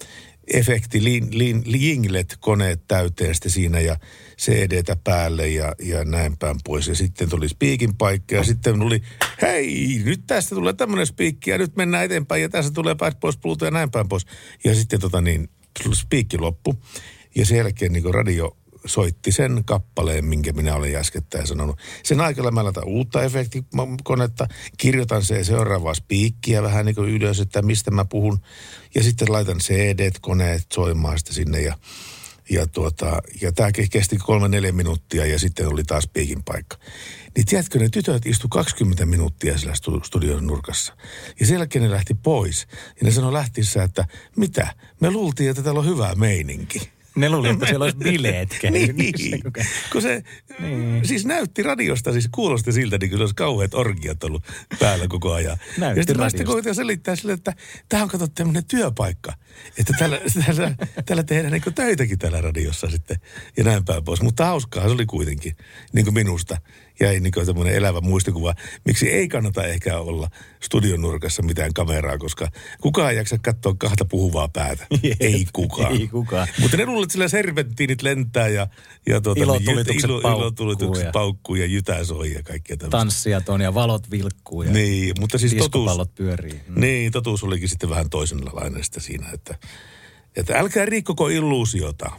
jinglet-koneet täyteen sitten siinä ja CD-tä päälle ja näin päin pois. Ja sitten tuli spiikin paikka ja sitten tuli, hei, nyt tästä tulee tämmöinen spiikki ja nyt mennään eteenpäin ja tässä tulee Bad Boys Blues ja näin päin pois. Ja sitten spiikki loppu ja sen jälkeen niin radio soitti sen kappaleen, minkä minä olin äskettäin sanonut. Sen aikana mä laitan uutta efektikonetta, kirjoitan se seuraavaa spiikkiä vähän niin kuin ylös, että mistä mä puhun. Ja sitten laitan CD-koneet soimaan sitten sinne ja tämä kesti 3-4 minuuttia ja sitten oli taas spiikin paikka. Niin tiedätkö, ne tytöt istu 20 minuuttia siellä studion nurkassa. Ja sen jälkeen ne lähti pois. Ja ne sanoi lähtiessä, että mitä? Me luultiin, että täällä on hyvä meininki. Ne luuli, että siellä olisi bileet niin, kun se siis näytti radiosta, siis kuulosti siltä, niin kuin se olisi kauheat orgiat ollut päällä koko ajan. Näytti ja sitten radiosta. mä sitten selittää sille, että tämä on kato tämmöinen työpaikka. Että täällä tehdään niin kuin töitäkin täällä radiossa sitten ja näin päin pois. Mutta hauskaa se oli kuitenkin, niin kuin minusta. Jäi niin kuin tämmöinen elävä muistikuva. Miksi ei kannata ehkä olla studion nurkassa mitään kameraa, koska kukaan ei jaksa katsoa kahta puhuvaa päätä. Ei kukaan. Ei kukaan. Mutta ne luulet, että sillä serpentiinit lentää ja ilotulitukset paukkuu ja jytä soi ja kaikkea tämmöistä. Tanssijat on ja valot vilkkuu ja niin, mutta siis diskopallot pyörii. Niin, totuus olikin sitten vähän toisenlainen sitä siinä, että älkää rikkoko illuusiota.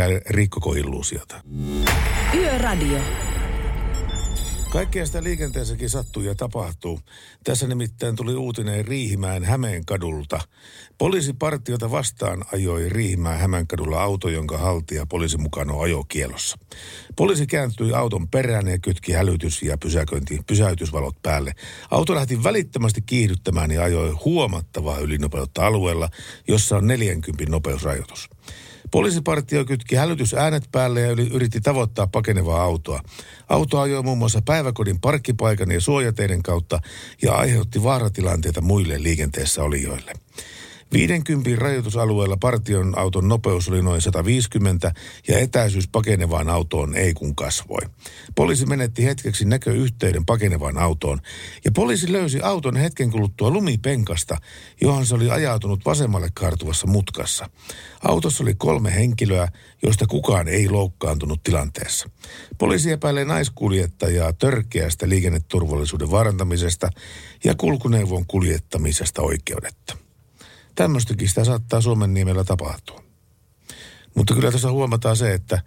Yöradio. Kaikkea sitä liikenteessäkin sattuu ja tapahtuu. Tässä nimittäin tuli uutinen Riihimäen Hämeenkadulta. Poliisipartiota vastaan ajoi Riihimäen Hämeenkadulla auto, jonka haltija poliisin mukaan on ajokielossa. Poliisi kääntyi auton perään ja kytki hälytys- ja pysäytysvalot päälle. Auto lähti välittömästi kiihdyttämään ja ajoi huomattavaa ylinopeutta alueella, jossa on 40 nopeusrajoitus. Poliisipartio kytki hälytysäänet päälle ja yritti tavoittaa pakenevaa autoa. Auto ajoi muun muassa päiväkodin parkkipaikan ja suojateiden kautta ja aiheutti vaaratilanteita muille liikenteessä olijoille. 50 rajoitusalueella partion auton nopeus oli noin 150 ja etäisyys pakenevaan autoon ei kun kasvoi. Poliisi menetti hetkeksi näköyhteyden pakenevaan autoon ja poliisi löysi auton hetken kuluttua lumipenkasta, johon se oli ajautunut vasemmalle kaartuvassa mutkassa. Autossa oli 3 henkilöä, joista kukaan ei loukkaantunut tilanteessa. Poliisi epäilee naiskuljettajaa törkeästä liikenneturvallisuuden vaarantamisesta ja kulkuneuvon kuljettamisesta oikeudetta. Tämmöistäkin sitä saattaa Suomenniemellä tapahtua. Mutta kyllä tässä huomataan se, että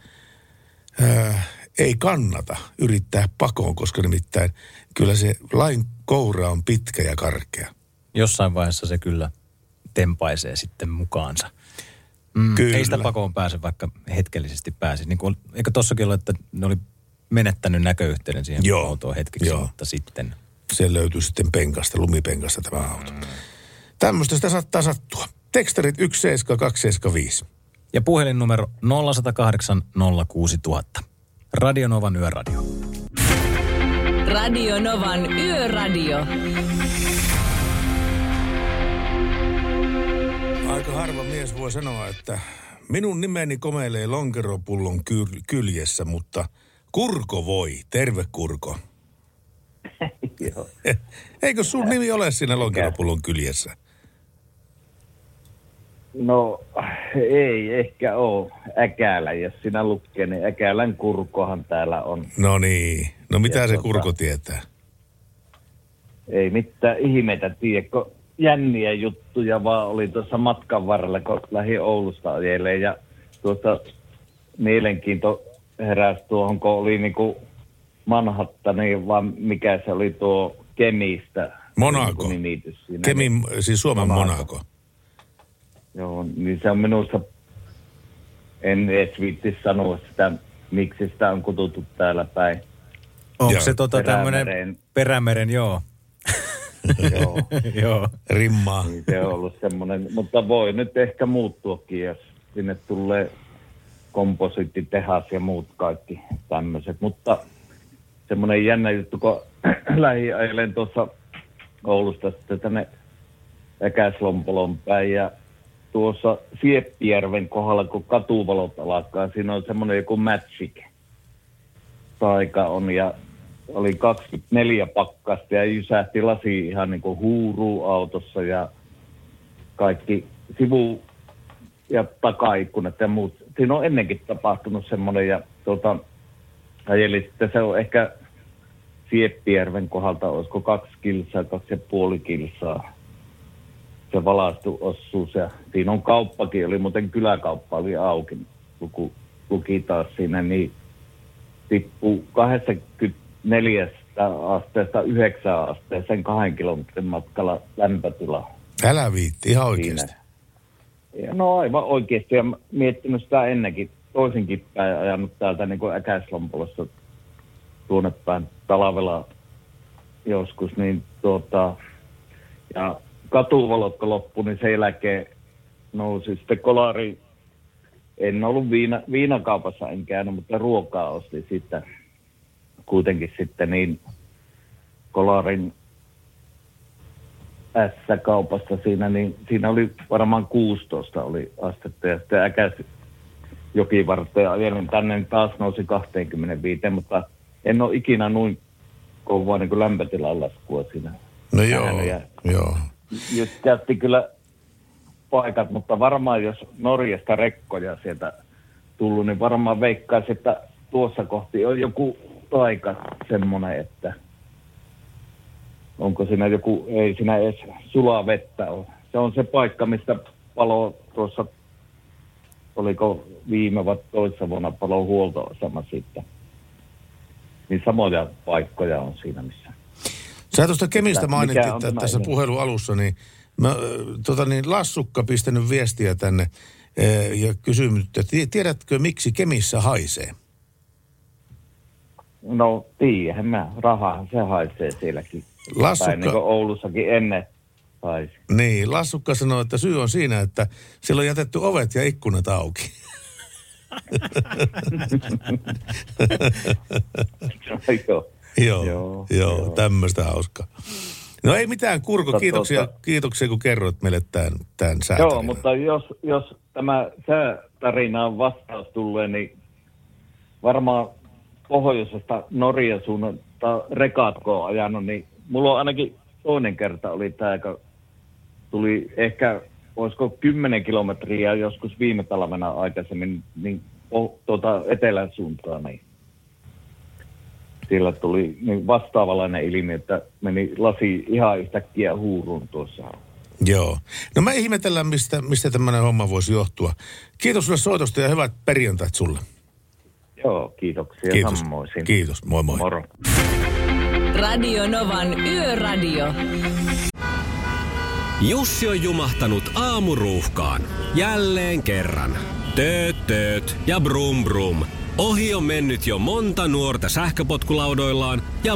ei kannata yrittää pakoon, koska nimittäin kyllä se lain koura on pitkä ja karkea. Jossain vaiheessa se kyllä tempaisee sitten mukaansa. Ei sitä pakoon pääse, vaikka hetkellisesti pääsi. Niin kuin, eikö tossakin ole, että ne oli menettänyt näköyhteyden siihen autoon hetkeksi, mutta sitten. Se löytyy sitten lumipenkasta tämä auto. Tämmöistä sitä saattaa sattua. Tekstarit 17275. Ja puhelinnumero 0108 06000. Radio Novan Yöradio. Radio Novan Yöradio. Aika harva mies voi sanoa, että minun nimeni komeilee lonkeropullon kyljessä, mutta Kurko voi. Terve Kurko. Joo. Eikö sun nimi ole siinä lonkeropullon kyljessä? No ei ehkä ole. Äkälä, jos sinä lukee, niin Äkälän Kurkohan täällä on. No niin. No mitä ja se Kurko tietää? Ei mitään ihmeitä tiedä, kun jänniä juttuja vaan oli tuossa matkan varrella, kun lähdin Oulusta ajeleen. Ja tuosta mielenkiinto heräsi tuohon, kun oli niinku Manhattani, vaan mikä se oli tuo Kemistä. Monaco. Kemin, siis Suomen Monaco. Joo, niin se on minusta, en edes viitti sanoa sitä, miksi sitä on kututtu täällä päin. Onko se tämmöinen Perämeren, joo. Joo. Joo. Rimmaa. Niin se on ollut semmoinen, mutta voi nyt ehkä muuttuakin, jos sinne tulee komposiittitehas ja muut kaikki tämmöiset. Mutta semmoinen jännä juttu, kun lähdin ajelen tuossa Oulusta sitten tänne Äkäslompolon päin ja tuossa Sieppijärven kohdalla, kun katuvalot alkaa, siinä on semmoinen joku Magic taika on ja oli 24 pakkasta ja jysähti lasi ihan niin kuin huuruu autossa ja kaikki sivu- ja takaikkunat ja muut. Siinä on ennenkin tapahtunut semmoinen ja ajeli sitten se on ehkä Sieppijärven kohdalta, olisiko 2 kilsaa, 2,5 kilsaa. Se valaistu osuus ja siinä on kauppakin, oli muuten kyläkauppa oli auki, luki taas siinä, niin tippuu 24 asteesta 9 asteeseen 2 kilometrin matkalla lämpötila. Älä viitti, ihan oikeasti. Ja no aivan oikeasti ja miettinyt sitä ennenkin, toisinkin päin ajanut täältä niin kuin Äkäslompolossa tuonne päin talvella joskus, niin ja katuvalot kun loppui, niin sen jälkeen nousi sitten kolari. En ollut viinakaupassa en käynyt, mutta ruokaa ostin sitten kuitenkin sitten niin kolarin S-kaupassa siinä, niin siinä oli varmaan 16 oli astetta ja sitten Äkäs jokivarteen ajelin tänne, niin taas nousi 25, mutta en ole ikinä noin kovaa niin kuin lämpötilan laskua siinä. No joo. Jytkäytti kyllä paikat, mutta varmaan jos Norjasta rekkoja sieltä tullut, niin varmaan veikkaisin, että tuossa kohti on joku taika semmoinen, että onko siinä joku, ei siinä edes sulaa vettä ole. Se on se paikka, mistä palo tuossa, oliko viime vai toissa vuonna palo huolto-osama sitten. Niin samoja paikkoja on siinä missä. Sä tuosta Kemistä mainittiin tässä puhelun alussa, niin mä Lassukka pistänyt viestiä tänne ja kysynyt, että tiedätkö miksi Kemissä haisee? No tiedän mä, rahahan se haisee sielläkin. Tai niin kuin Oulussakin ennen haisi. Niin, Lassukka sanoi, että syy on siinä, että siellä on jätetty ovet ja ikkunat auki. Joo, tämmöistä hauskaa. No ei mitään, Kurko, kiitoksia kun kerroit meille tämän säätärinä. Joo, mutta jos tämä säätarina on vastaus tulee, niin varmaan pohjoisesta Norjan suunnalta rekatko on ajanut, niin mulla on ainakin toinen kerta oli tämä, kun tuli ehkä, olisiko 10 kilometriä joskus viime talvena aikaisemmin, niin etelän suuntaan, niin siellä tuli niin vastaavallainen ilmiö, että meni lasi ihan yhtäkkiä huuruun tuossa. Joo. No me ihmetellään, mistä tämmöinen homma voisi johtua. Kiitos sulle soitosta ja hyvät perjantait sulle. Joo, kiitoksia. Sammoisin. Kiitos, moi moi. Moro. Radio Novan Yöradio. Jussi on jumahtanut aamuruuhkaan. Jälleen kerran. Tööt ja brum brum. Ohi on mennyt jo monta nuorta sähköpotkulaudoillaan ja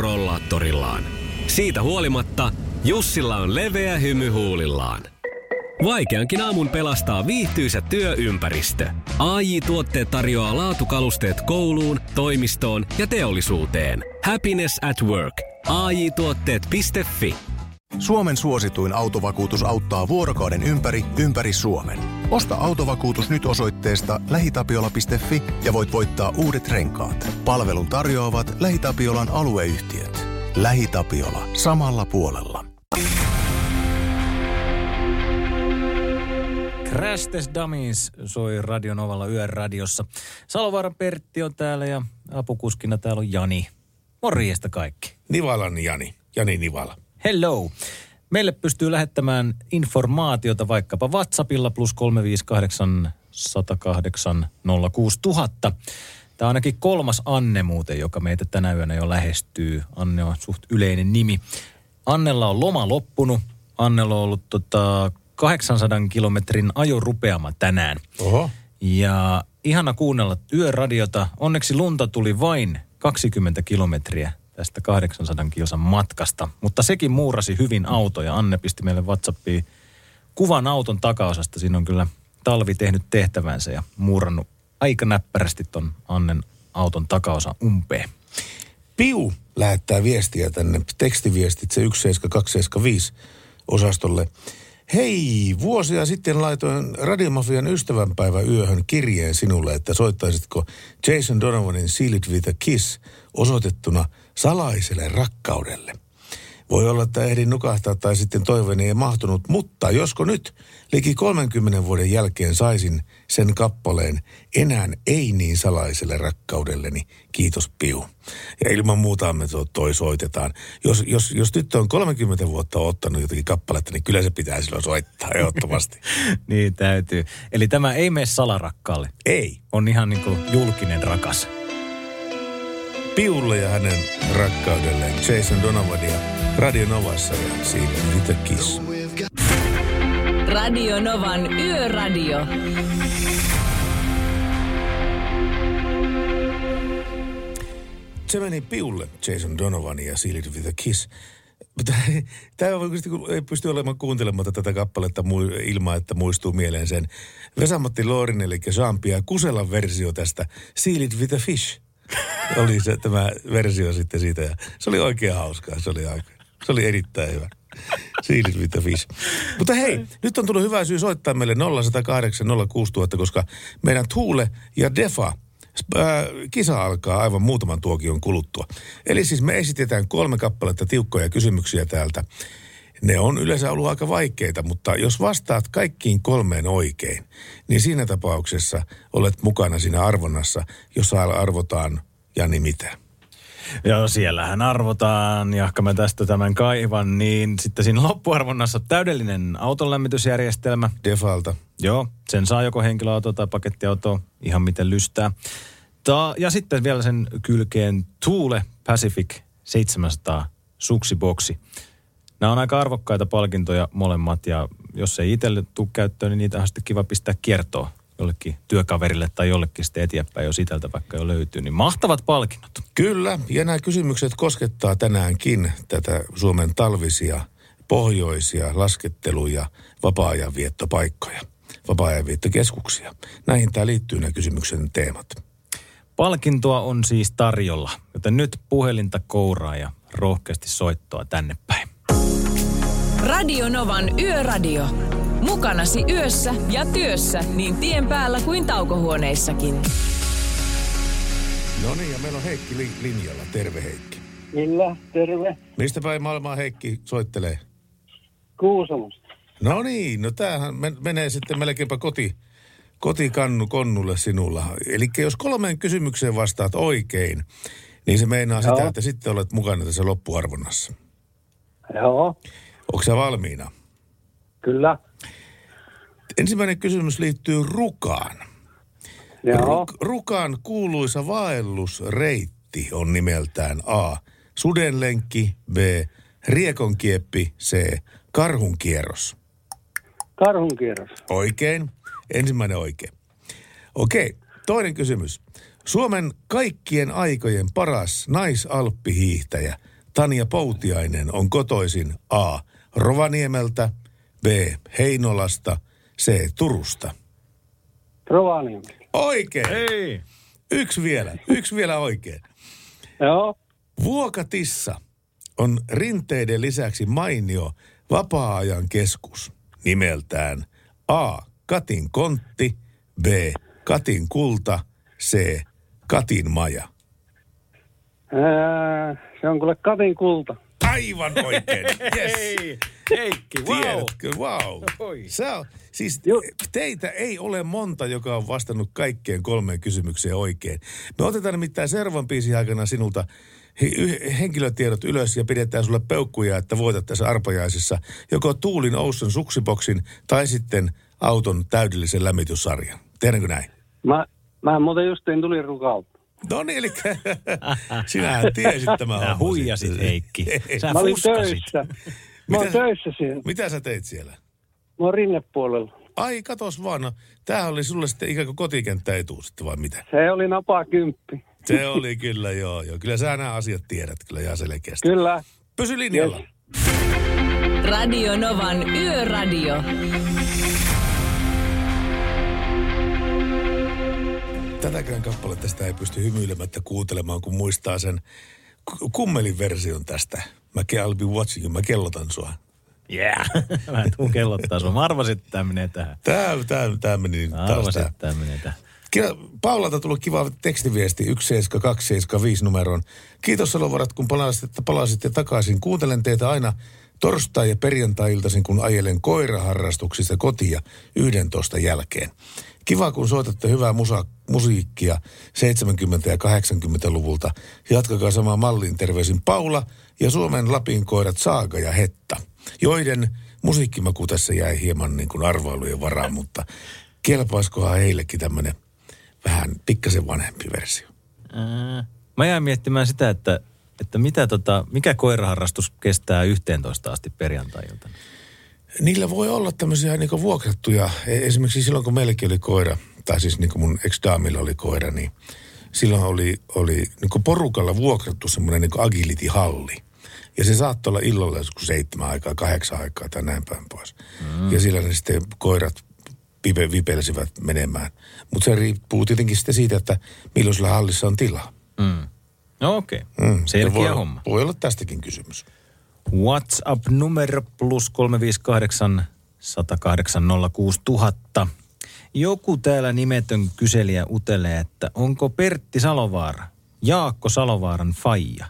mummorollaattorillaan. Siitä huolimatta Jussilla on leveä hymy huulillaan. Vaikeankin aamun pelastaa viihtyisä työympäristö. AJ Tuotteet tarjoaa laatukalusteet kouluun, toimistoon ja teollisuuteen. Happiness at work. AJ-tuotteet.fi. Suomen suosituin autovakuutus auttaa vuorokauden ympäri Suomen. Osta autovakuutus nyt osoitteesta lähitapiola.fi ja voit voittaa uudet renkaat. Palvelun tarjoavat LähiTapiolan alueyhtiöt. LähiTapiola. Samalla puolella. Crash Test Dummies soi Radio Novalla Yöradiossa. Salovaaran Pertti on täällä ja apukuskina täällä on Jani. Morjesta kaikki. Nivalan Jani. Jani Nivala. Hello. Meille pystyy lähettämään informaatiota vaikkapa WhatsAppilla +358 108 06000. Tämä on ainakin 3. Anne muuten, joka meitä tänä yönä jo lähestyy. Anne on suht yleinen nimi. Annella on loma loppunut. Annella on ollut 800 kilometrin ajorupeama tänään. Oho. Ja ihana kuunnella yöradiota. Onneksi lunta tuli vain 20 kilometriä tästä 800 kilsan matkasta. Mutta sekin muurasi hyvin auto ja Anne pisti meille WhatsAppiin kuvan auton takaosasta. Siinä on kyllä talvi tehnyt tehtävänsä ja muurannut aika näppärästi ton Annen auton takaosa umpeen. Piu lähettää viestiä tänne, tekstiviestit se 17275 osastolle. Hei, vuosia sitten laitoin Radiomafian ystävänpäivä yöhön kirjeen sinulle, että soittaisitko Jason Donovanin Seal It With A Kiss osoitettuna salaiselle rakkaudelle. Voi olla, että ehdin nukahtaa tai sitten toiveeni ei mahtunut, mutta josko nyt liki 30 vuoden jälkeen saisin sen kappaleen enää ei niin salaiselle rakkaudelleni. Kiitos Piu. Ja ilman muuta me toi soitetaan. Jos tyttö on 30 vuotta ottanut jotakin kappaletta, niin kyllä se pitää silloin soittaa ehdottomasti. Niin täytyy. Eli tämä ei mene salarakkaalle. Ei. On ihan niin kuin julkinen rakas. Piulle ja hänen rakkaudelleen Jason Donovania Radio Novassa ja siinä With A Kiss. Radio Novan Yöradio. Se meni Piulle Jason Donovania ja Seal It With A Kiss. Tämä ei pysty olemaan kuuntelematta tätä kappaletta ilman, että muistuu mieleen sen Vesa-Matti Loorin eli Jean-Pierre Kuselan versio tästä Seal It With A Fish. Oli se tämä versio sitten siitä ja se oli oikein hauskaa. Se oli erittäin hyvä. Seal It With A Fish. Mutta hei, nyt on tullut hyvä syy soittaa meille 0108 06000, koska meidän Tuule ja Defa kisa alkaa aivan muutaman tuokion kuluttua. Eli siis me esitetään 3 kappaletta tiukkoja kysymyksiä täältä. Ne on yleensä ollut aika vaikeita, mutta jos vastaat kaikkiin 3 oikein, niin siinä tapauksessa olet mukana siinä arvonnassa, jossa arvotaan, Jani, mitä? Joo, siellähän arvotaan, jahka mä tästä tämän kaivan, niin sitten siinä loppuarvonnassa täydellinen autonlämmitysjärjestelmä. Defalta. Joo, sen saa joko henkilöauto tai pakettiauto, ihan miten lystää. Ja sitten vielä sen kylkeen Thule Pacific 700 suksiboksi. Nämä on aika arvokkaita palkintoja molemmat ja jos ei itselle tule käyttöön, niin niitä on sitten kiva pistää kiertoon jollekin työkaverille tai jollekin sitten eteenpäin, jos itseltä vaikka jo löytyy. Niin mahtavat palkinnot. Kyllä, ja nämä kysymykset koskettaa tänäänkin tätä Suomen talvisia, pohjoisia laskettelu- ja vapaa-ajanviettopaikkoja, vapaa-ajanviettokeskuksia. Näihin tämä liittyy nämä kysymyksen teemat. Palkintoa on siis tarjolla, joten nyt puhelinta kouraa ja rohkeasti soittoa tänne päin. Radio Novan Yöradio. Mukanasi yössä ja työssä niin tien päällä kuin taukohuoneissakin. No niin, ja meillä on Heikki linjalla. Terve Heikki. Kyllä, terve. Mistä päin maailmaa Heikki soittelee? Kuusamosta. No niin, no tämähän menee sitten melkeinpä kotikonnulle sinulla. Eli jos 3 kysymykseen vastaat oikein, niin se meinaa sitä, että sitten olet mukana tässä loppuarvonnassa. Joo. Onko sä valmiina? Kyllä. Ensimmäinen kysymys liittyy Rukaan. Joo. Rukan kuuluisa vaellusreitti on nimeltään A. Sudenlenkki, B. Riekonkieppi, C. Karhunkierros. Karhunkierros. Oikein. Ensimmäinen oikein. Okei, toinen kysymys. Suomen kaikkien aikojen paras naisalppihiihtäjä Tanja Poutiainen on kotoisin A. Rovaniemeltä, B. Heinolasta, C. Turusta? Rovaniemi. Oikein. Hei! Yksi vielä oikein. Joo. Vuokatissa on Rinteiden lisäksi mainio vapaa-ajan keskus nimeltään A. Katin kontti, B. Katin kulta, C. Katin maja. Se on kuule Katin kulta. Aivan oikein. Yes. Hei, Heikki, wow. Tiedätkö, wow. Siis teitä ei ole monta, joka on vastannut kaikkeen 3 kysymykseen oikein. Me otetaan nimittäin seuraavan biisin aikana sinulta henkilötiedot ylös ja pidetään sulle peukkuja, että voitat tässä arpajaisissa joko Tuulin Ocean suksiboksin tai sitten auton täydellisen lämmityssarjan. Tehdäänkö näin? Mä muuten justiin tulin rukalta. No niin, eli sinähän tiesit tämä homma. Huijasit, Heikki. Sä Mä olin fuskasit. töissä. Mä oon töissä siellä. Mitä sä teit siellä? Mä oon rinnepuolella. Ai, katos vaan. No, tämähän oli sulle sitten ikään kuin kotikenttäetu sitten, vai mitä? Se oli napaa 10. Se oli kyllä, joo. Kyllä sä nämä asiat tiedät kyllä ihan selkeästi. Kyllä. Pysy linjalla. Yes. Radio Novan Yöradio. Tätäkään kappaletta tästä ei pysty hymyilemättä kuuntelemaan, kun muistaa sen kummelin version tästä. I'll be watching you. Mä kellotan sua. Yeah. Mä tuun kellottaa sua. Mä arvasin, että tää menee tähän. Tää meni taas Arvasin, että tää menee tähän. Paulalta tullut kiva tekstiviesti 17275 numeroon. Kiitos Salovarat, kun palasitte takaisin. Kuuntelen teitä aina torstai- ja perjantai-iltaisin, kun ajelen koiraharrastuksista kotia 11 jälkeen. Kiva, kun soitatte hyvää musiikkia 70- ja 80-luvulta. Jatkakaa samaan malliin, terveisin Paula ja Suomen Lapin koirat Saaga ja Hetta, joiden musiikkimaku tässä jäi hieman niin kuin arvailujen varaan, mutta kelpaiskohan heillekin tämmöinen vähän pikkasen vanhempi versio? Mä jäin miettimään sitä, että mikä koiraharrastus kestää 11 asti perjantai-ilta? Niillä voi olla tämmöisiä niin kuin vuokrattuja. Esimerkiksi silloin, kun meilläkin oli koira, tai siis niin kuin mun ex-daamilla oli koira, niin silloin oli niin kuin porukalla vuokrattu semmoinen niin kuin agility-halli. Ja se saattoi olla illalla joskus 7 aikaa, 8 aikaa tai näin päin pois. Ja sillä ne sitten koirat vipelsivät menemään. Mutta se riippuu tietenkin sitten siitä, että milloin sillä hallissa on tilaa. No okei. Selkeä homma. Voi olla tästäkin kysymys. WhatsApp-numero +358 108 06000. Joku täällä nimetön kyselijä utelee, että onko Pertti Salovaara Jaakko Salovaaran faija?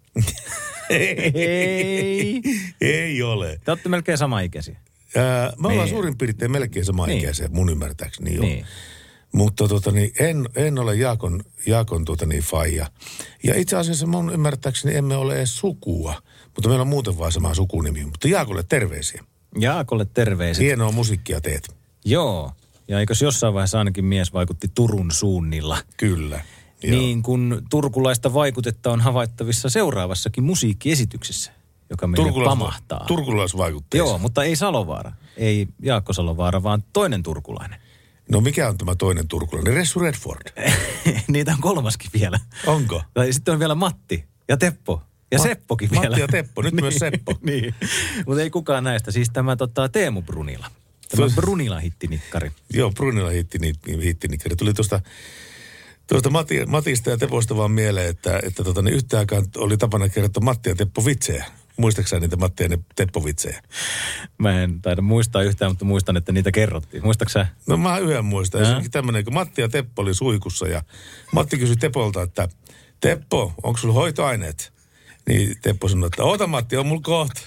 Ei ole. Te olette melkein samaikäisiä. Me ollaan suurin piirtein melkein samaikäisiä, mun ymmärtääkseni joo. Niin. Mutta en ole Jaakon faija. Ja itse asiassa mun ymmärtääkseni emme ole edes sukua, mutta meillä on muuten vaan sama sukunimi. Mutta Jaakolle terveisiä. Jaakolle terveiset. Hienoa musiikkia teet. Joo. Ja eikös jossain vaiheessa ainakin mies vaikutti Turun suunnilla? Kyllä. Joo. Niin kun turkulaista vaikutetta on havaittavissa seuraavassakin musiikkiesityksessä, joka meille pamahtaa. Turkulaisvaikutteessa. Joo, mutta ei Salovaara. Ei Jaakko Salovaara, vaan toinen turkulainen. No mikä on tämä toinen turkulainen? Ressu Redford. Niitä on 3 vielä. Onko? Tai sitten on vielä Matti ja Teppo. Ja Seppokin vielä. Matti ja Teppo, nyt myös Seppo. Niin, mutta ei kukaan näistä. Siis tämä Teemu Brunila. Tämä Brunila-hittinikkari. Joo, Brunila-hittinikkari. Tuli tuosta Matista ja Teposta vaan mieleen, että yhtä aikaan oli tapana kertoa Matti ja Teppo vitsejä. Muistaaksä niitä Matti ja Teppo vitsejä? Mä en taida muistaa yhtään, mutta muistan, että niitä kerrottiin. Muistaaksä? No mä yhden muistan. Esimerkiksi tämmöinen, kun Matti ja Teppo oli suihkussa ja Matti kysyi Tepolta, että Teppo, onko sulla hoitoaineet? Niin Teppo sanoi, että oota Matti, on mulla kohta.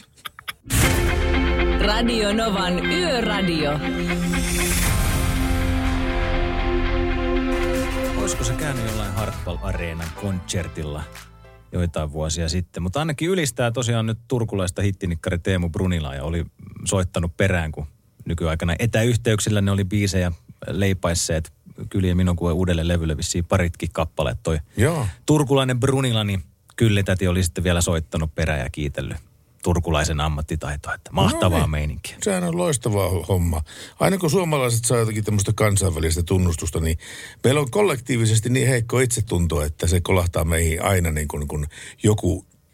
Radio Novan Yöradio. Olisiko se käynyt jollain Hartwall Areenan konsertilla joitain vuosia sitten? Mutta ainakin ylistää tosiaan nyt turkulaista hittinikkari Teemu Brunilaa ja oli soittanut perään, kun nykyaikana etäyhteyksillä ne oli biisejä leipaisseet. Kylien minun kuin uudelle levylle vissiin paritkin kappaleet toi. Joo. Turkulainen Brunila, niin kyllä täti oli sitten vielä soittanut perään ja kiitellyt turkulaisen ammattitaitoa, että mahtavaa meininkiä. Sehän on loistavaa homma. Aina kun suomalaiset saa jotakin tämmöistä kansainvälistä tunnustusta, niin meillä on kollektiivisesti niin heikko itsetunto, että se kolahtaa meihin aina niin kuin joku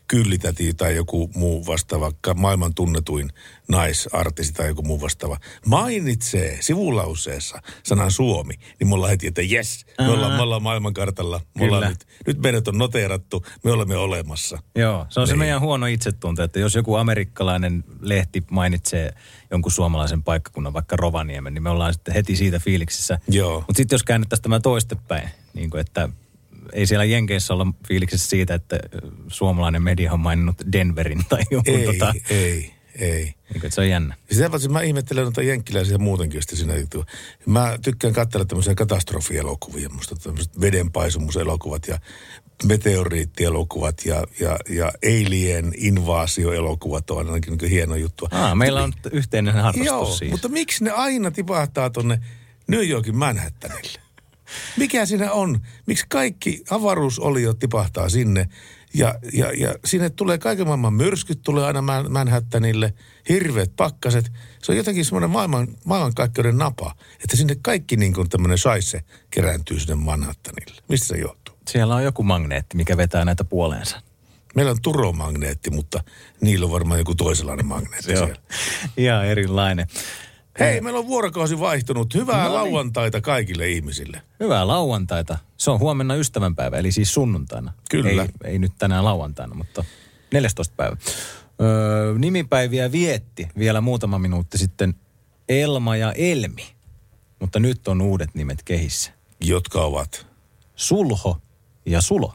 Kyllitäti tai joku muu vastaava, maailman tunnetuin naisartisti tai joku muu vastaava, mainitsee sivulauseessa sanan Suomi, niin me ollaan heti, että jes, me ollaan maailmankartalla. Nyt meidät on noteerattu, me olemme olemassa. Joo, se on se meidän huono itsetunto, että jos joku amerikkalainen lehti mainitsee jonkun suomalaisen paikkakunnan, vaikka Rovaniemen, niin me ollaan sitten heti siitä fiiliksissä. Joo. Mutta sitten jos käännettäisiin tämä toistepäin, niin kuin että ei siellä Jenkeissä olla fiiliksissä siitä, että suomalainen media on maininnut Denverin tai jonkun Ei. Niin kuin, että se on jännä. Sitä paitsi mä ihmettelen noita jenkkiläisiä muutenkin siinä. Mä tykkään katsella tämmöisiä katastrofielokuvia, musta tämmöiset vedenpaisumuselokuvat ja meteoriittielokuvat ja alien invaasioelokuvat on ainakin niin hieno juttu. Meillä on yhteinen harrastus Joo, siihen. mutta miksi ne aina tipahtaa tonne New Yorkin Manhattanille? Mikä siinä on? Miksi kaikki avaruusoliot tipahtaa sinne? Ja sinne tulee kaiken maailman myrskyt, tulee aina Manhattanille, hirveät pakkaset. Se on jotenkin semmoinen maailmankaikkeuden napa, että sinne kaikki niin kuin tämmöinen shaisse kerääntyy sinne Manhattanille. Mistä se johtuu? Siellä on joku magneetti, mikä vetää näitä puoleensa. Meillä on turomagneetti, mutta niillä on varmaan joku toisenlainen magneetti siellä. Ihan erilainen. Hei, meillä on vuorokausi vaihtunut. Hyvää lauantaita kaikille ihmisille. Hyvää lauantaita. Se on huomenna ystävänpäivä, eli siis sunnuntaina. Kyllä. Ei nyt tänään lauantaina, mutta 14. päivä. Nimipäiviä vietti vielä muutama minuutti sitten Elma ja Elmi. Mutta nyt on uudet nimet kehissä. Jotka ovat? Sulho ja Sulo.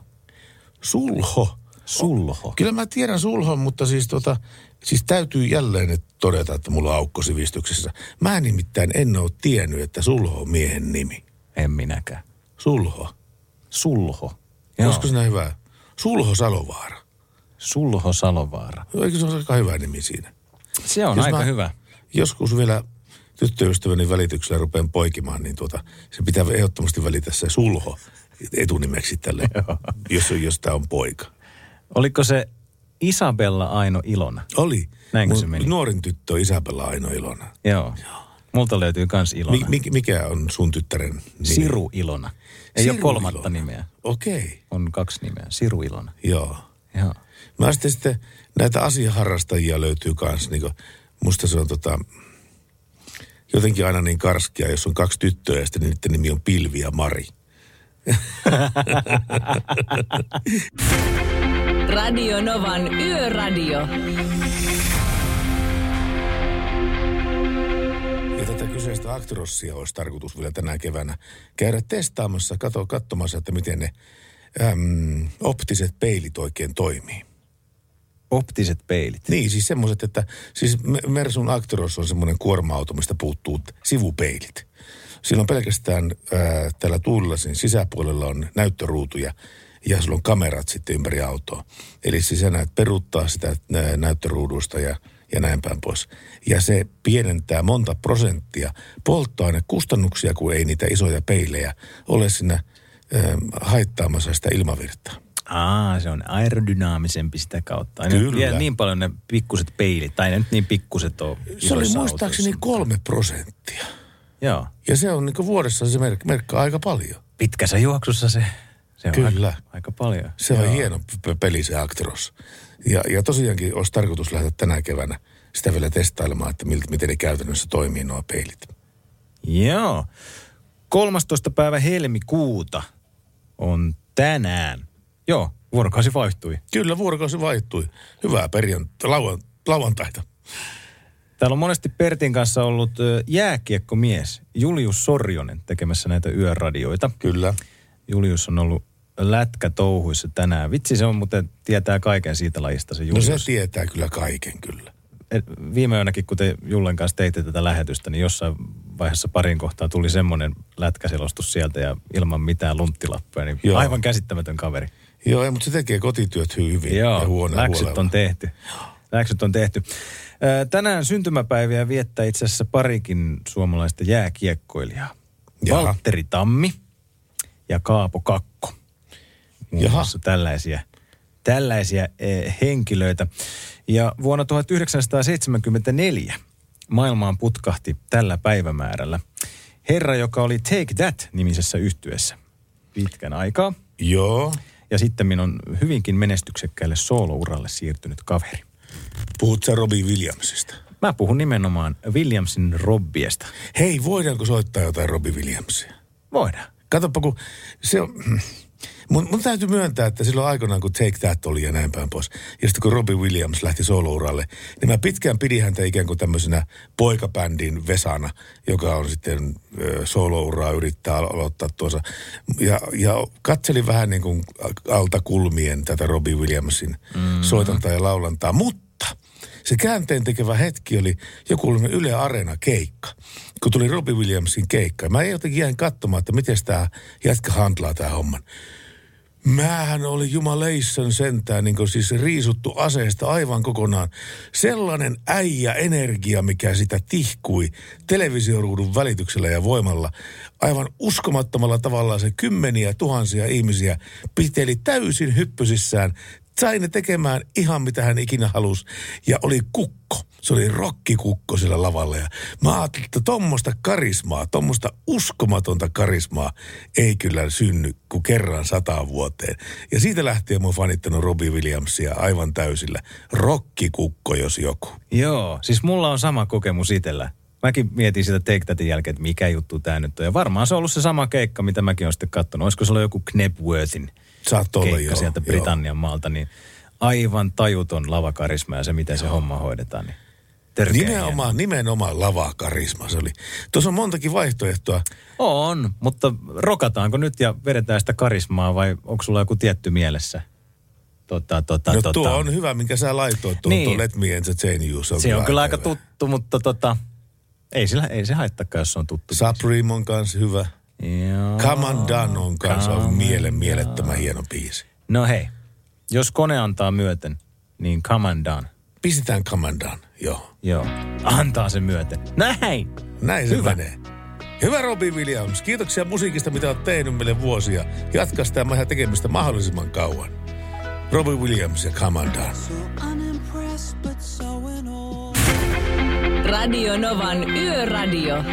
Sulho. Kyllä mä tiedän Sulhon, mutta siis täytyy jälleen todeta, että mulla on aukko sivistyksessä. Mä nimittäin en ole tiennyt, että Sulho on miehen nimi. En minäkään. Sulho. Joo. Olisiko siinä hyvä? Sulho Salovaara. Sulho Salovaara. Eikö se ole aika hyvä nimi siinä? Se on aika hyvä. Joskus vielä tyttöystäväni välityksellä rupean poikimaan, niin se pitää ehdottomasti välitä se Sulho etunimeksi tälle, jos tämä on poika. Oliko se Isabella Aino Ilona? Oli. Näinkö se meni? Nuorin tyttö on Isabella Aino Ilona. Joo. Multa löytyy kans Ilona. Mikä on sun tyttären nimi? Siru Ilona. Ei ole kolmatta nimeä. Okei. On 2 nimeä. Siru Ilona. Joo. Mä sitten näitä asiaharrastajia löytyy kans. Niin musta se on jotenkin aina niin karskia, jos on 2 tyttöä ja sitten niiden nimi on Pilvi ja Mari. Radio Novan Yöradio. Ja tätä kyseistä Actrossia olisi tarkoitus vielä tänä keväänä käydä testaamassa, katsomassa, että miten ne optiset peilit oikein toimii. Optiset peilit? Niin, siis semmoiset, että siis Mersun Actros on semmoinen kuorma-auto, mistä puuttuu sivupeilit. Siinä on pelkästään tällä tuulilasin sisäpuolella on näyttöruutuja ja sulla on kamerat sitten ympäri autoa. Eli siis sä näet peruuttaa sitä näyttöruudusta ja näin päin pois. Ja se pienentää monta prosenttia polttoainekustannuksia, kun ei niitä isoja peilejä ole siinä haittaamassa sitä ilmavirtaa. Se on aerodynaamisempi sitä kautta. Kyllä. Niin paljon ne pikkuset peilit, tai ne nyt niin pikkuset on se oli muistaakseni 3%. Joo. Ja se on niin vuodessa se merkkaa aika paljon. Pitkässä juoksussa se on kyllä aika paljon. Se on hieno peli se Actros. Ja tosiaankin olisi tarkoitus lähteä tänä keväänä sitä vielä testailemaan, että miten ne käytännössä toimii nuo peilit. Joo. 13. päivä helmikuuta on tänään. Joo, vuorokausi vaihtui. Kyllä, vuorokausi vaihtui. Hyvää lauantaita. Täällä on monesti Pertin kanssa ollut jääkiekkomies Julius Sorjonen tekemässä näitä yöradioita. Kyllä. Julius on ollut lätkätouhuissa tänään. Vitsi, se on muuten, tietää kaiken siitä lajista se Julius. No se tietää kyllä kaiken, kyllä. Viime yönäkin, kun te Jullen kanssa teitte tätä lähetystä, niin jossain vaiheessa parin kohtaa tuli semmoinen lätkäselostus sieltä ja ilman mitään lunttilappuja. Niin aivan käsittämätön kaveri. Joo, mutta se tekee kotityöt hyvin. Joo, läksyt on tehty. Tänään syntymäpäiviä viettää itse asiassa parikin suomalaista jääkiekkoilijaa. Valtteri Tammi ja Kaapo Kakko. Muassa tällaisia henkilöitä. Ja vuonna 1974 maailmaan putkahti tällä päivämäärällä herra, joka oli Take That -nimisessä yhtyeessä pitkän aikaa. Joo. ja sitten minun on hyvinkin menestyksekkäälle soolouralle siirtynyt kaveri. Puhut sä Robbie Williamsista? Mä puhun nimenomaan Williamsin Robbiesta. Hei, voidaanko soittaa jotain Robbie Williamsia? Voidaan. Katsoppa, kun se on... Mun täytyy myöntää, että silloin aikoinaan, kun Take That oli ja näin päin pois, ja sitten kun Robbie Williams lähti soolouralle, niin mä pitkään pidin häntä ikään kuin tämmöisenä poikabändin vesana, joka on sitten soolouraa yrittää aloittaa tuossa. Ja katselin vähän niin kuin alta kulmien tätä Robbie Williamsin soitantaa ja laulantaa, mutta se käänteen tekevä hetki oli joku Yle Areena keikka, kun tuli Robbie Williamsin keikka. Mä jotenkin jäin katsomaan, että miten tämä jätkä handlaa tämän homman. Mähän oli jumaleissaan sentään niin kuin siis riisuttu aseesta aivan kokonaan. Sellainen äijä-energia, mikä sitä tihkui televisioruudun välityksellä ja voimalla. Aivan uskomattomalla tavalla se kymmeniä tuhansia ihmisiä piteli täysin hyppysissään. Sai ne tekemään ihan mitä hän ikinä halusi. Ja oli kukko. Se oli rokkikukko sillä lavalla. Ja mä ajattelin, että tommoista karismaa, tommoista uskomatonta karismaa ei kyllä synny kuin kerran 100 vuoteen. Ja siitä lähtien mä oon fanittanut Robbie Williamsia aivan täysillä. Rokkikukko, jos joku. Joo, siis mulla on sama kokemus itsellä. Mäkin mietin sitä Take Thatin jälkeen, että mikä juttu tää nyt on. Ja varmaan se on ollut se sama keikka, mitä mäkin olen sitten katsonut. Olisiko se ollut joku Knebworthin keikka sieltä Britannian maalta, niin aivan tajuton lavakarisma ja se, miten se homma hoidetaan. Niin nimenomaan lavakarisma se oli. Tuossa on montakin vaihtoehtoa. On, mutta rokataanko nyt ja vedetään sitä karismaa vai onko sulla joku tietty mielessä? Tuo on hyvä, minkä sä laitoit tuon, tuo Let Me Entertain You. Se on kyllä aika tuttu, mutta ei se haittakaan, jos se on tuttu. Supreme on kanssa hyvä. Joo. Come and Done on kanssa mielettömän hieno biisi. No hei, jos kone antaa myöten, niin Come and Done. Pistetään Come and Done, joo. Antaa se myöten. Näin se menee. Hyvä Robbie Williams, kiitoksia musiikista, mitä olet tehnyt meille vuosia. Jatka sitä meidän tekemistä mahdollisimman kauan. Robbie Williams ja Come and Done. Radio Novan Yöradio.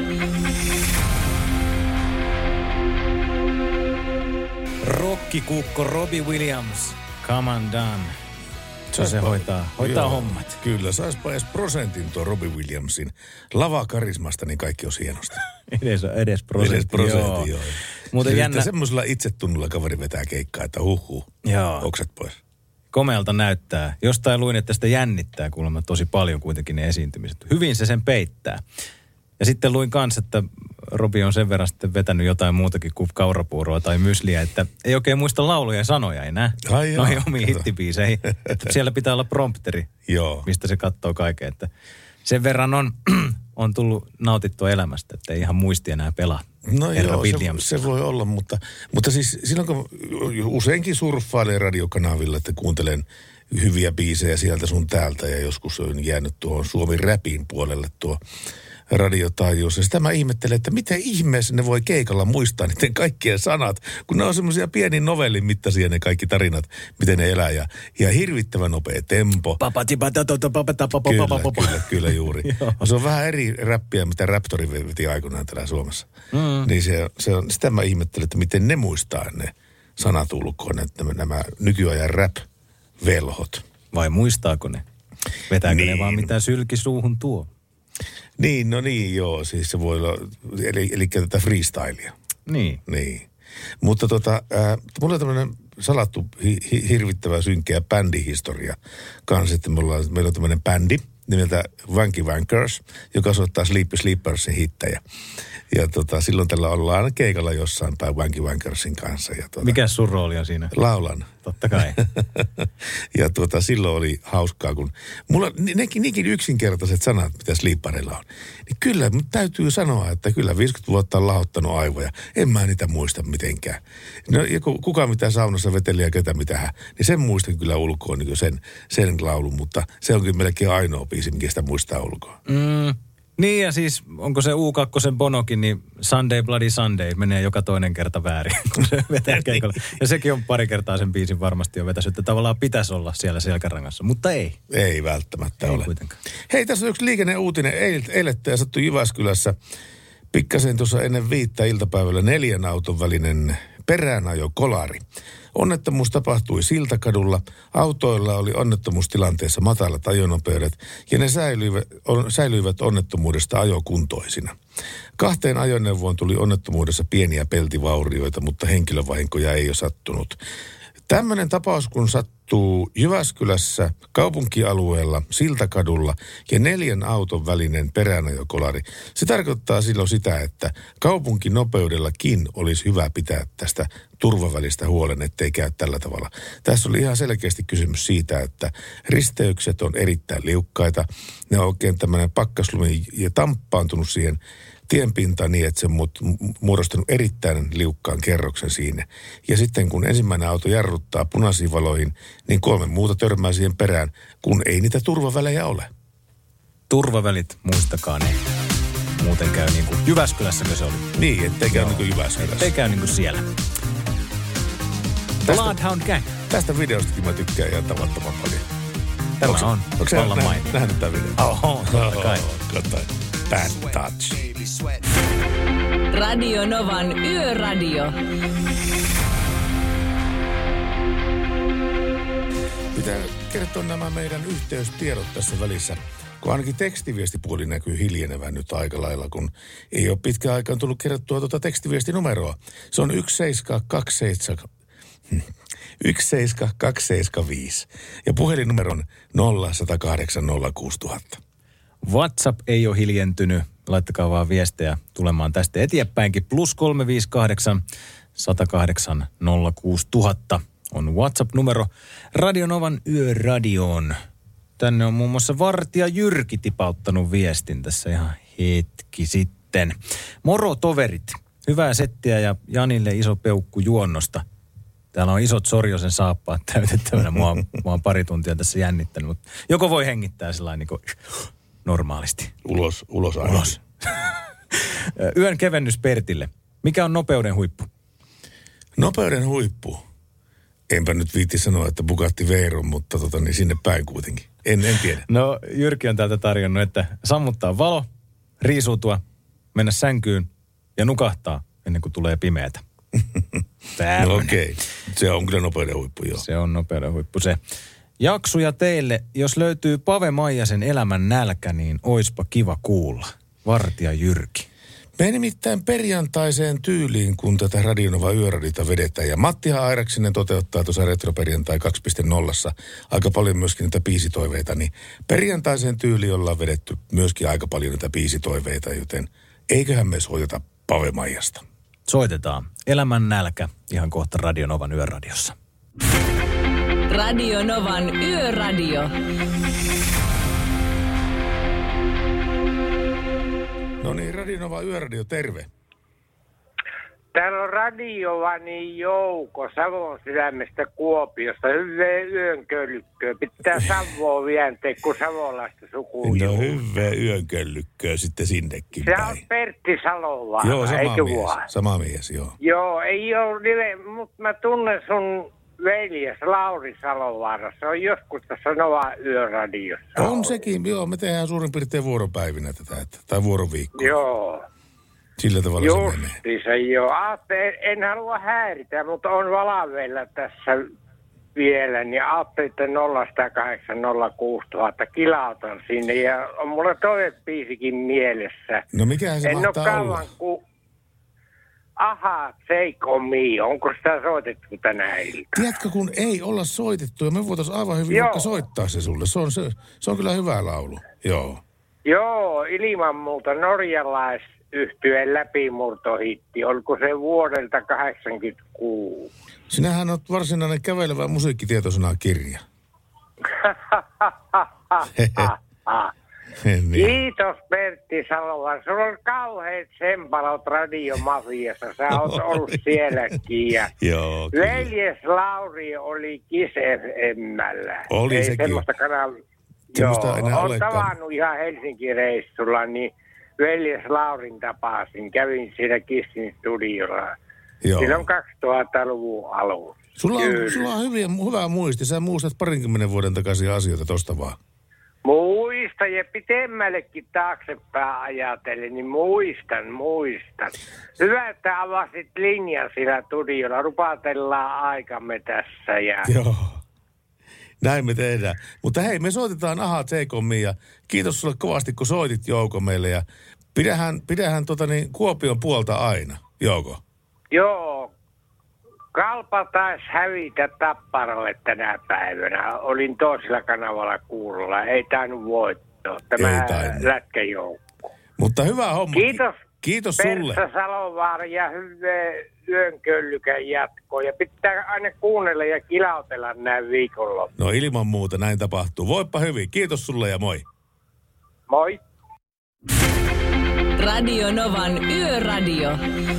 Rokkikukko Robbie Williams, Come and Done. Se hoitaa hommat. Kyllä, saispa edes prosentin tuo Robbie Williamsin lavakarismasta, niin kaikki on hienosti. Edes prosentti, joo. Muuten jännä. Semmoisella itsetunnolla kaveri vetää keikkaa, että oksat pois. Komealta näyttää. Jostain luin, että sitä jännittää kuulemma tosi paljon kuitenkin ne esiintymiset. Hyvin se sen peittää. Ja sitten luin kanssa, että Robbie on sen verran sitten vetänyt jotain muutakin kuin kaurapuuroa tai mysliä, että ei oikein muista lauluja ja sanoja enää. Noihin omiin hittibiiseihin. Että siellä pitää olla prompteri, mistä se katsoo kaiken. Että sen verran on tullut nautittua elämästä, että ei ihan muisti enää pelaa. No joo, se voi olla, mutta siis silloin kun useinkin surffailen radiokanavilla, että kuuntelen hyviä biisejä sieltä sun täältä ja joskus on jäänyt tuohon Suomi Rapin puolelle tuo radiotaajuus. Ja sitä mä ihmettelen, että miten ihmeessä ne voi keikalla muistaa niiden kaikkien sanat, kun ne on semmoisia pieni novellin mittaisia ne kaikki tarinat, miten ne elää. Ja hirvittävän nopea tempo. Kyllä juuri. Se on vähän eri räppiä, mitä Raptori veti aikoinaan täällä Suomessa. Niin se on, sitä mä ihmettelen, että miten ne muistaa ne sanat ulkoon, että nämä nykyajan rap-velhot. Vai muistaako ne? Vetääkö ne vaan mitä sylki suuhun tuo? Niin, siis se voi olla, eli tätä freestylia. Niin. Mutta mulla on tämmöinen salattu, hirvittävä synkeä bändihistoria kanssa, että meillä on tämmöinen bändi nimeltä Wanky Wankers, joka soittaa Sleepy Sleepersin hittejä. Ja silloin tällä ollaan keikalla jossain päin Wanky Wankersin kanssa. Ja mikä sun rooli on siinä? Laulan. Totta kai. Ja silloin oli hauskaa, kun mulla nekin yksinkertaiset sanat, mitä sleepareilla on. Niin kyllä täytyy sanoa, että kyllä 50 vuotta on lahottanut aivoja. En mä niitä muista mitenkään. No kuka mitä saunassa veteli ja ketä mitä niin sen muistan kyllä ulkoon niin sen laulun, mutta se on kyllä melkein ainoa biisi, mikä sitä muistaa ulkoon. Niin ja siis onko se U2 Bonokin, niin Sunday Bloody Sunday menee joka toinen kerta väärin, kun se vetää keikolla. Ja sekin on pari kertaa sen biisin varmasti jo vetänyt, että tavallaan pitäisi olla siellä selkärangassa, mutta ei. Ei välttämättä ei ole. Kuitenkaan. Hei, tässä on yksi liikenneuutinen. Eilettä ja sattui Jyväskylässä pikkasen tuossa ennen 5 iltapäivällä 4 auton välinen peräänajokolari. Onnettomuus tapahtui Siltakadulla. Autoilla oli onnettomuustilanteessa matalat ajonopeudet ja ne säilyivät onnettomuudesta ajokuntoisina. 2 ajoneuvoon tuli onnettomuudessa pieniä peltivaurioita, mutta henkilövahinkoja ei ole sattunut. Tämmöinen tapaus, kun sattuu Jyväskylässä, kaupunkialueella, Siltakadulla ja 4 auton välinen peräänajokolari, se tarkoittaa silloin sitä, että kaupunkinopeudellakin olisi hyvä pitää tästä turvavälistä huolen, ettei käy tällä tavalla. Tässä oli ihan selkeästi kysymys siitä, että risteykset on erittäin liukkaita. Ne on oikein tämmöinen pakkaslumi ja tamppaantunut siihen tienpintaan niin, että se on muodostanut erittäin liukkaan kerroksen siinä. Ja sitten kun ensimmäinen auto jarruttaa punaisiin valoihin, niin 3 muuta törmää siihen perään, kun ei niitä turvavälejä ole. Turvavälit, muistakaa, niin muuten käy niin kuin Jyväskylässäkö se oli? Niin, ettei käy niin kuin Jyväskylässä. Ettei käy niin kuin siellä. Bloodhound Gang. Tästä videostakin mä tykkään ihan tavattoman paljon. Tämä on vallan mainio. Nähnyt tämän videon? Oho, totta kai. Katsoin. Bad touch. Radio Novan Yöradio. Pitää kertoa nämä meidän yhteystiedot tässä välissä, kun ainakin tekstiviestipuoli näkyy hiljenevän nyt aika lailla, kun ei ole pitkään aikaan tullut kerrottua tuota tekstiviestinumeroa. Se on 17275 ja puhelinnumero on 0108 06000. WhatsApp ei ole hiljentynyt. Laittakaa vaan viestejä tulemaan tästä eteenpäinkin. +358 108 06000 on WhatsApp-numero Radio Novan Yöradioon. Tänne on muun muassa Vartija Jyrki tipauttanut viestin tässä ihan hetki sitten. Moro toverit. Hyvää settiä ja Janille iso peukku juonnosta. Täällä on isot Sorjosen saappaat täytettävänä. Mua on pari tuntia tässä jännittänyt, mutta joko voi hengittää sellainen niin kuin normaalisti. Ulos aina. Ulos. Yön kevennys Pertille. Mikä on nopeuden huippu? Nopeuden huippu? Enpä nyt viitti sanoa, että Bugatti Veyron, mutta niin sinne päin kuitenkin. En tiedä. No Jyrki on täältä tarjonnut, että sammuttaa valo, riisuutua, mennä sänkyyn ja nukahtaa ennen kuin tulee pimeätä. No okei. Se on kyllä nopeuden huippu, joo. Se on nopeuden huippu se. Jaksuja teille, jos löytyy Pave Maijasen Elämän nälkä, niin oispa kiva kuulla. Vartija Jyrki. Me nimittäin perjantaiseen tyyliin, kun tätä Radio Nova Yöradiota vedetään. Ja Mattihan Airaksinen toteuttaa tuossa Retroperjantai 2.0 aika paljon myöskin niitä biisitoiveita. Niin perjantaiseen tyyliin ollaan vedetty myöskin aika paljon niitä biisitoiveita, joten eiköhän me soiteta Pave Maijasta. Soitetaan. Elämän nälkä ihan kohta Radio Novan Yöradiossa. Radio Novan Yöradio. No niin, Radio Nova Yöradio, terve. Täällä on Radiovani Jouko Savon sydämestä Kuopiosta. Hyvää yönkölykköä. Pitää Savoa vientää, kun savolaista sukujuhlaa. No hyvää yönkölykköä sitten sinnekin Se päin. on Pertti Salovaara, joo, eikö vaan? Sama mies, joo. Joo, ei ole mutta mä tunnen sun veljes Lauri Salovaara. Se on joskus tässä Nova Yöradiossa. On sekin, joo. Me tehdään suurin piirtein vuoropäivinä tätä, tai vuoroviikkoa. Joo. Sillä tavalla se menee. Justiinsa, joo. En halua häiritä, mutta on valaveilla tässä vielä, niin ajattelin, että 0108 06000 kilautan sinne, ja on mulla toivebiisikin mielessä. No mikähän se en mahtaa ole kauan kuin Aha, Seiko Mi. Onko sitä soitettu tänä iltana? Tiedätkö, kun ei olla soitettu, ja me voitaisiin aivan hyvin vaikka soittaa se sulle. Se on kyllä hyvä laulu, joo. Joo, ilman muuta norjalaisyhtyeen läpimurtohitti. Oliko se vuodelta 86? Sinähän olet varsinainen kävelevä musiikkitietosanakirja. Niin. Kiitos Pertti Salovaara. Sulla on kauheat sempalot radiomafiassa. Sä oot ollut sielläkin. Ja joo, veljes Lauri oli Kiss FM:llä. Oli ei sekin. Semmoista kanavaa. Semmoista enää Oon olekaan. tavannut ihan Helsinki-reissulla, niin veljes Laurin tapasin. Kävin siinä Kissin studiolla. Joo. Silloin 2000-luvun alussa. Sulla on hyvä muisti. Sä muistat 20 vuoden takaisia asioita tosta vaan. Muistan ja pitemmällekin taaksepäin ajatellen, niin muistan. Hyvä, että avasit linjan siinä studiolla. Rupatellaan aikamme tässä. Joo, näin me tehdään. Mutta hei, me soitetaan Aha T-kommiin ja kiitos sulle kovasti, kun soitit Jouko meille. Ja pidähän Kuopion puolta aina, Jouko. Joo. Kalpa taisi hävitä Tapparalle tänä päivänä. Olin toisella kanavalla kuulolla. Ei tainnut voittaa. Tämä lätkäjoukko. Mutta hyvä homma. Kiitos sulle. Perssa Salovaara ja hyvää yön köllykän jatkoa. Ja pitää aina kuunnella ja kilautella näin viikonloppuun. No ilman muuta näin tapahtuu. Voipa hyvin. Kiitos sulle ja moi. Moi. Radio Novan Yöradio.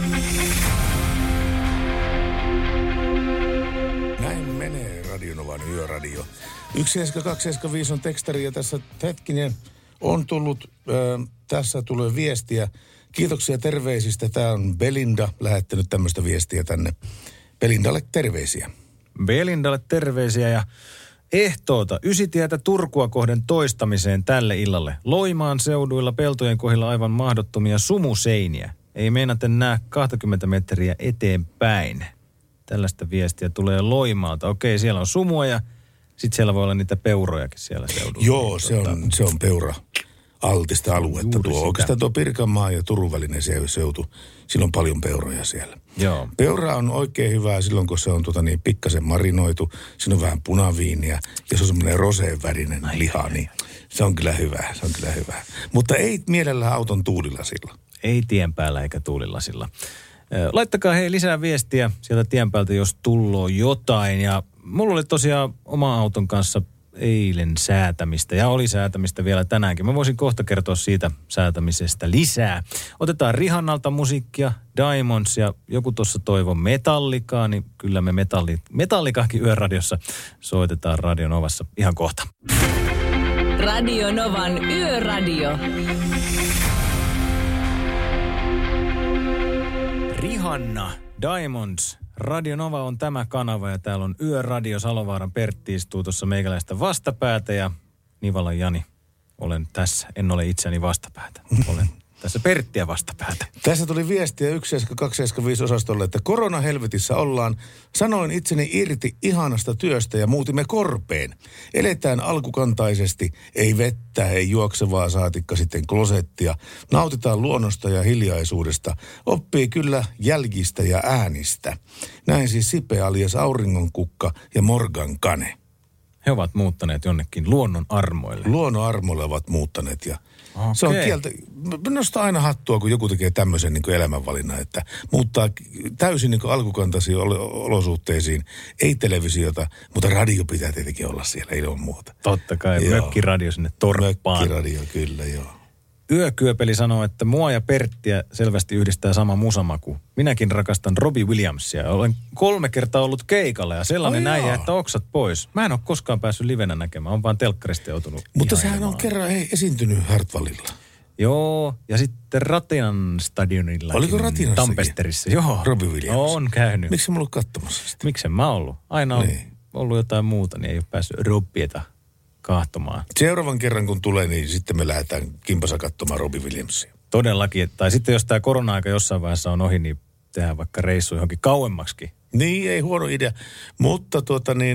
Näin menee Radio Novan Yöradio. 17275 on tekstari ja tässä hetkinen on tullut, tässä tulee viestiä. Kiitoksia terveisistä. Tämä on Belinda lähettänyt tämmöistä viestiä tänne. Belindalle terveisiä. Belindalle terveisiä ja ehtoota Ysitietä Turkua kohden toistamiseen tälle illalle. Loimaan seuduilla peltojen kohdilla aivan mahdottomia sumuseiniä. Ei meinaten näe 20 metriä eteenpäin. Tällaista viestiä tulee Loimaalta. Okei, siellä on sumua ja sitten siellä voi olla niitä peurojakin siellä seudulla. Joo, se on peura altista aluetta. Oikeastaan tuo Pirkanmaa ja Turun välinen seutu. Siinä on paljon peuroja siellä. Joo. Peura on oikein hyvää silloin, kun se on pikkasen marinoitu. Siinä on vähän punaviiniä ja se on semmoinen roseen värinen liha, niin se on kyllä hyvää. Mutta ei mielellään auton tuulilasilla. Ei tien päällä eikä tuulilasilla. Laittakaa lisää viestiä sieltä tien päältä, jos tulloo jotain. Ja mulla oli tosiaan oma auton kanssa eilen säätämistä ja oli säätämistä vielä tänäänkin. Mä voisin kohta kertoa siitä säätämisestä lisää. Otetaan Rihannalta musiikkia, Diamonds ja joku tuossa toivon Metallicaa, niin kyllä me Metallicaakin Yöradiossa soitetaan Radio Novassa ihan kohta. Radio Novan Yöradio. Rihanna, Diamonds. Radio Nova on tämä kanava ja täällä on Yöradio. Salovaaran Pertti istuu tuossa meikäläistä vastapäätä ja Nivalan Jani. Olen tässä, en ole itseäni vastapäätä. Olen tässä Perttiä vastapäätä. Tässä tuli viestiä 17275 osastolle, että koronahelvetissä ollaan. Sanoin itseni irti ihanasta työstä ja muutimme korpeen. Eletään alkukantaisesti, ei vettä, ei juoksevaa saatikka sitten klosettia. Nautitaan luonnosta ja hiljaisuudesta. Oppii kyllä jälkistä ja äänistä. Näin siis Sipe alias Auringonkukka ja Morgan Kane. He ovat muuttaneet jonnekin luonnon armoille. Luonnon armoille ovat muuttaneet ja se on nostaa aina hattua, kun joku tekee tämmöisen niin kuin elämänvalinnan, että muuttaa täysin niin kuin alkukantaisiin olosuhteisiin. Ei televisiota, mutta radio pitää tietenkin olla siellä ilman muuta. Totta kai, mökkiradio sinne torppaan. Mökkiradio, kyllä, joo. Yökyöpeli sanoo, että mua ja Perttiä selvästi yhdistää sama musamaku. Minäkin rakastan Robbie Williamsia. Olen 3 kertaa ollut keikalla ja sellainen äijä, että oksat pois. Mä en ole koskaan päässyt livenä näkemään. On vaan telkkarista joutunut. Mutta sehän on kerran esiintynyt Hartwallilla. Joo, ja sitten Ratinan stadionilla. Oliko Ratinassakin? Tampesterissa, joo. Robbie Williams. On käynyt. Miksi mä ollut katsomassa sitä? Miksen mä ollut? Aina on ollut jotain muuta, niin ei ole päässyt Robbieta kahtomaan. Seuraavan kerran kun tulee, niin sitten me lähdetään kimpassa katsomaan Robbie Williamsia. Todellakin. Tai sitten jos tämä korona-aika jossain vaiheessa on ohi, niin tehdään vaikka reissu johonkin kauemmaksikin. Niin, ei huono idea. Mutta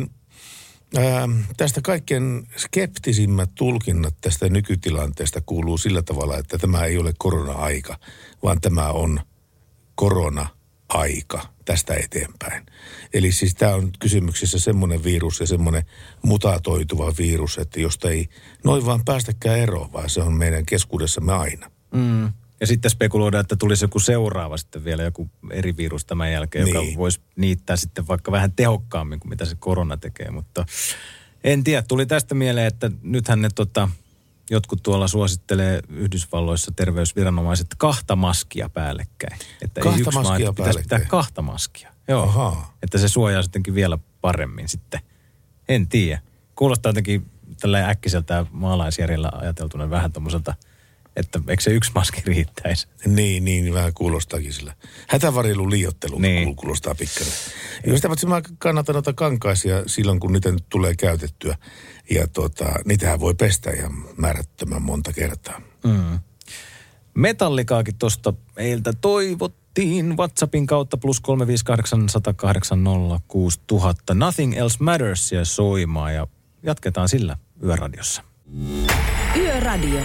tästä kaikkein skeptisimmät tulkinnat tästä nykytilanteesta kuuluu sillä tavalla, että tämä ei ole korona-aika, vaan tämä on korona-aika tästä eteenpäin. Eli siis tämä on kysymyksessä semmoinen virus ja semmoinen mutatoituva virus, että josta ei noin vaan päästäkään eroon, vaan se on meidän keskuudessamme aina. Mm. Ja sitten spekuloidaan, että tulisi joku seuraava sitten vielä, joku eri virus tämän jälkeen, joka voisi niittää sitten vaikka vähän tehokkaammin kuin mitä se korona tekee. Mutta en tiedä, tuli tästä mieleen, että nythän ne jotkut tuolla suosittelee Yhdysvalloissa terveysviranomaiset 2 maskia päällekkäin. Että 2 ei yksi maskia maa, pitäisi pitää 2 maskia. Joo. Ahaa. Että se suojaa sittenkin vielä paremmin sitten. En tiedä. Kuulostaa jotenkin tällä äkkiseltä maalaisjärjellä ajateltuna vähän tommoselta Että eikö se yksi maski riittäisi? Niin vähän kuulostaakin sillä. Hätävarjelun liiottelu kuulostaa pikkainen. Ja sitä paitsi mä kannatan noita kankaisia silloin, kun niitä nyt tulee käytettyä. Ja niitähän voi pestä ihan määrättömän monta kertaa. Metallikaakin tuosta meiltä toivottiin WhatsAppin kautta +358 108 06000. Nothing Else Mattersia soimaa ja jatketaan sillä Yöradiossa. Yöradio.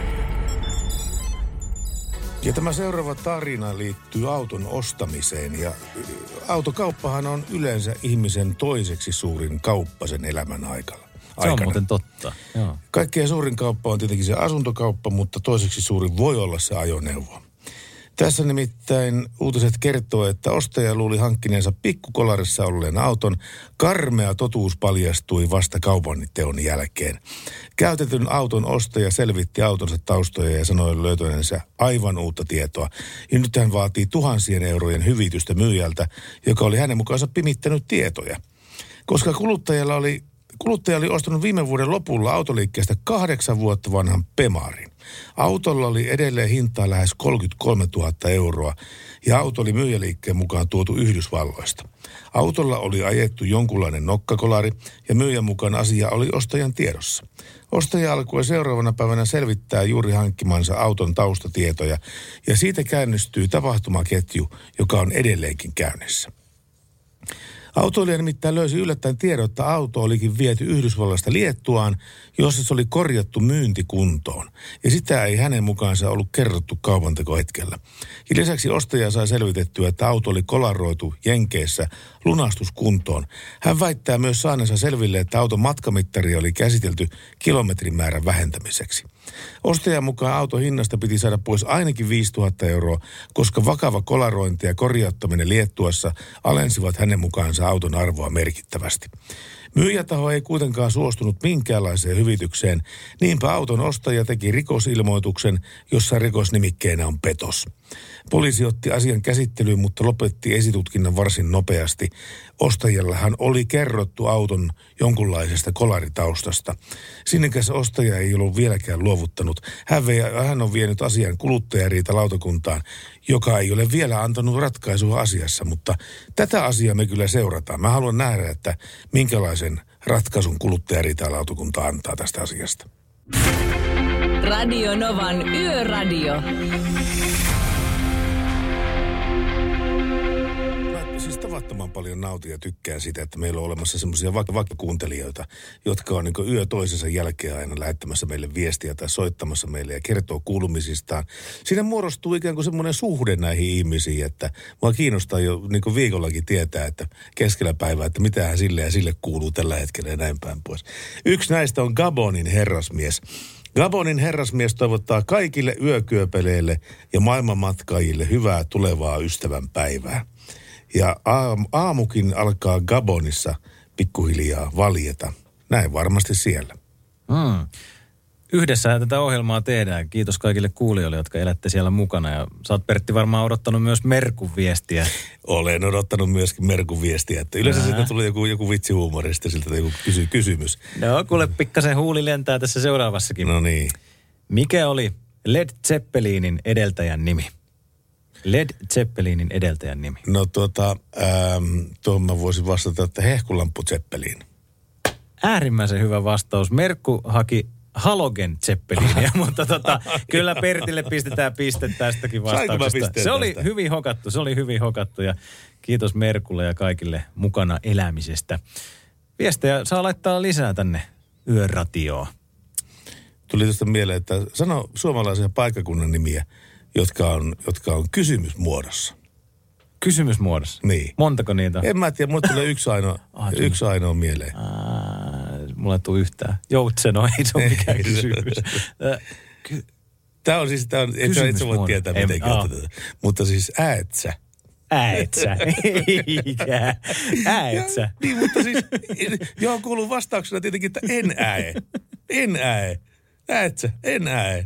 Ja tämä seuraava tarina liittyy auton ostamiseen ja autokauppahan on yleensä ihmisen toiseksi suurin kauppa sen elämän aikana. Se on muuten totta. Joo. Kaikkein suurin kauppa on tietenkin se asuntokauppa, mutta toiseksi suurin voi olla se ajoneuvo. Tässä nimittäin uutiset kertoo, että ostaja luuli hankkineensa pikkukolarissa olleen auton. Karmea totuus paljastui vasta kaupanteon jälkeen. Käytetyn auton ostaja selvitti autonsa taustoja ja sanoi löytäneensä aivan uutta tietoa. Ja nyt hän vaatii tuhansien eurojen hyvitystä myyjältä, joka oli hänen mukaansa pimittänyt tietoja. Koska kuluttaja oli ostanut viime vuoden lopulla autoliikkeestä 8 vuotta vanhan Pemarin. Autolla oli edelleen hintaa lähes 33 000 euroa ja auto oli myyjäliikkeen mukaan tuotu Yhdysvalloista. Autolla oli ajettu jonkunlainen nokkakolari ja myyjän mukaan asia oli ostajan tiedossa. Ostaja alkoi seuraavana päivänä selvittää juuri hankkimansa auton taustatietoja ja siitä käynnistyi tapahtumaketju, joka on edelleenkin käynnissä. Autoilija nimittäin löysi yllättäen tiedon, että auto olikin viety Yhdysvallasta Liettuaan, jossa se oli korjattu myyntikuntoon. Ja sitä ei hänen mukaansa ollut kerrottu kaupantekohetkellä. Ja lisäksi ostaja sai selvitettyä, että auto oli kolaroitu Jenkeissä lunastuskuntoon. Hän väittää myös saaneensa selville, että auton matkamittari oli käsitelty kilometrimäärän vähentämiseksi. Ostajan mukaan auton hinnasta piti saada pois ainakin 5 000 euroa, koska vakava kolarointi ja korjauttaminen Liettuassa alensivat hänen mukaansa auton arvoa merkittävästi. Myyjätaho ei kuitenkaan suostunut minkäänlaiseen hyvitykseen, niinpä auton ostaja teki rikosilmoituksen, jossa rikosnimikkeenä on petos. Poliisi otti asian käsittelyyn, mutta lopetti esitutkinnan varsin nopeasti. Ostajallahan oli kerrottu auton jonkunlaisesta kolaritaustasta. Sinnekäs ostaja ei ollut vieläkään luovuttanut. Hän on vienyt asian kuluttajariitalautakuntaan, joka ei ole vielä antanut ratkaisua asiassa, mutta tätä asiaa me kyllä seurataan. Mä haluan nähdä, että minkälaisen ratkaisun kuluttajariitalautakunta antaa tästä asiasta. Radio Novan Yöradio. Siis tavattoman paljon nautin ja tykkään sitä, että meillä on olemassa semmoisia kuuntelijoita, jotka on niin yö toisensa jälkeen aina lähettämässä meille viestiä tai soittamassa meille ja kertoo kuulumisistaan. Siinä muodostuu ikään kuin semmoinen suhde näihin ihmisiin, että mua kiinnostaa jo niin viikollakin tietää, että keskellä päivää, että mitähän sille ja sille kuuluu tällä hetkellä ja näin päin pois. Yksi näistä on Gabonin herrasmies. Gabonin herrasmies toivottaa kaikille yökyöpeleille ja maailmanmatkaajille hyvää tulevaa ystävänpäivää. Ja aamukin alkaa Gabonissa pikkuhiljaa valjeta. Näin varmasti siellä. Yhdessä tätä ohjelmaa tehdään. Kiitos kaikille kuulijoille, jotka elätte siellä mukana. Ja sä oot, Pertti, varmaan odottanut myös Merkun viestiä. Olen odottanut myöskin Merkun viestiä. Että yleensä siitä tulee joku vitsihuumori, sitten siltä joku kysymys. No, kuule, pikkasen huuli lentää tässä seuraavassakin. No niin. Mikä oli Led Zeppelinin edeltäjän nimi? Led Zeppelinin edeltäjän nimi. No tuohon mä voisin vastata, että hehkulampu Zeppelin. Äärimmäisen hyvä vastaus. Merkku haki Halogen Zeppelinia, mutta kyllä Pertille pistetään piste tästäkin vastauksesta. Se oli hyvin hokattu ja kiitos Merkulle ja kaikille mukana elämisestä. Viestejä saa laittaa lisää tänne Yöratioon. Tuli tuosta mieleen, että sano suomalaisia paikkakunnan nimiä, jotka on kysymysmuodossa. Kysymysmuodossa? Niin. Montako niitä on? En mä tiedä, mulle tulee yksi ainoa mieleen. Mulla ei tule yhtään. Joutseno, ei se ole mikään kysymys. Tämä on siis, et sä voi tietää mitenkään tätä. Mutta siis äätsä. Äätsä. Eikä. Äätsä. Niin, mutta siis, johon kuuluu vastauksena tietenkin, että en ääe. En ääe. Äätsä, en ääe.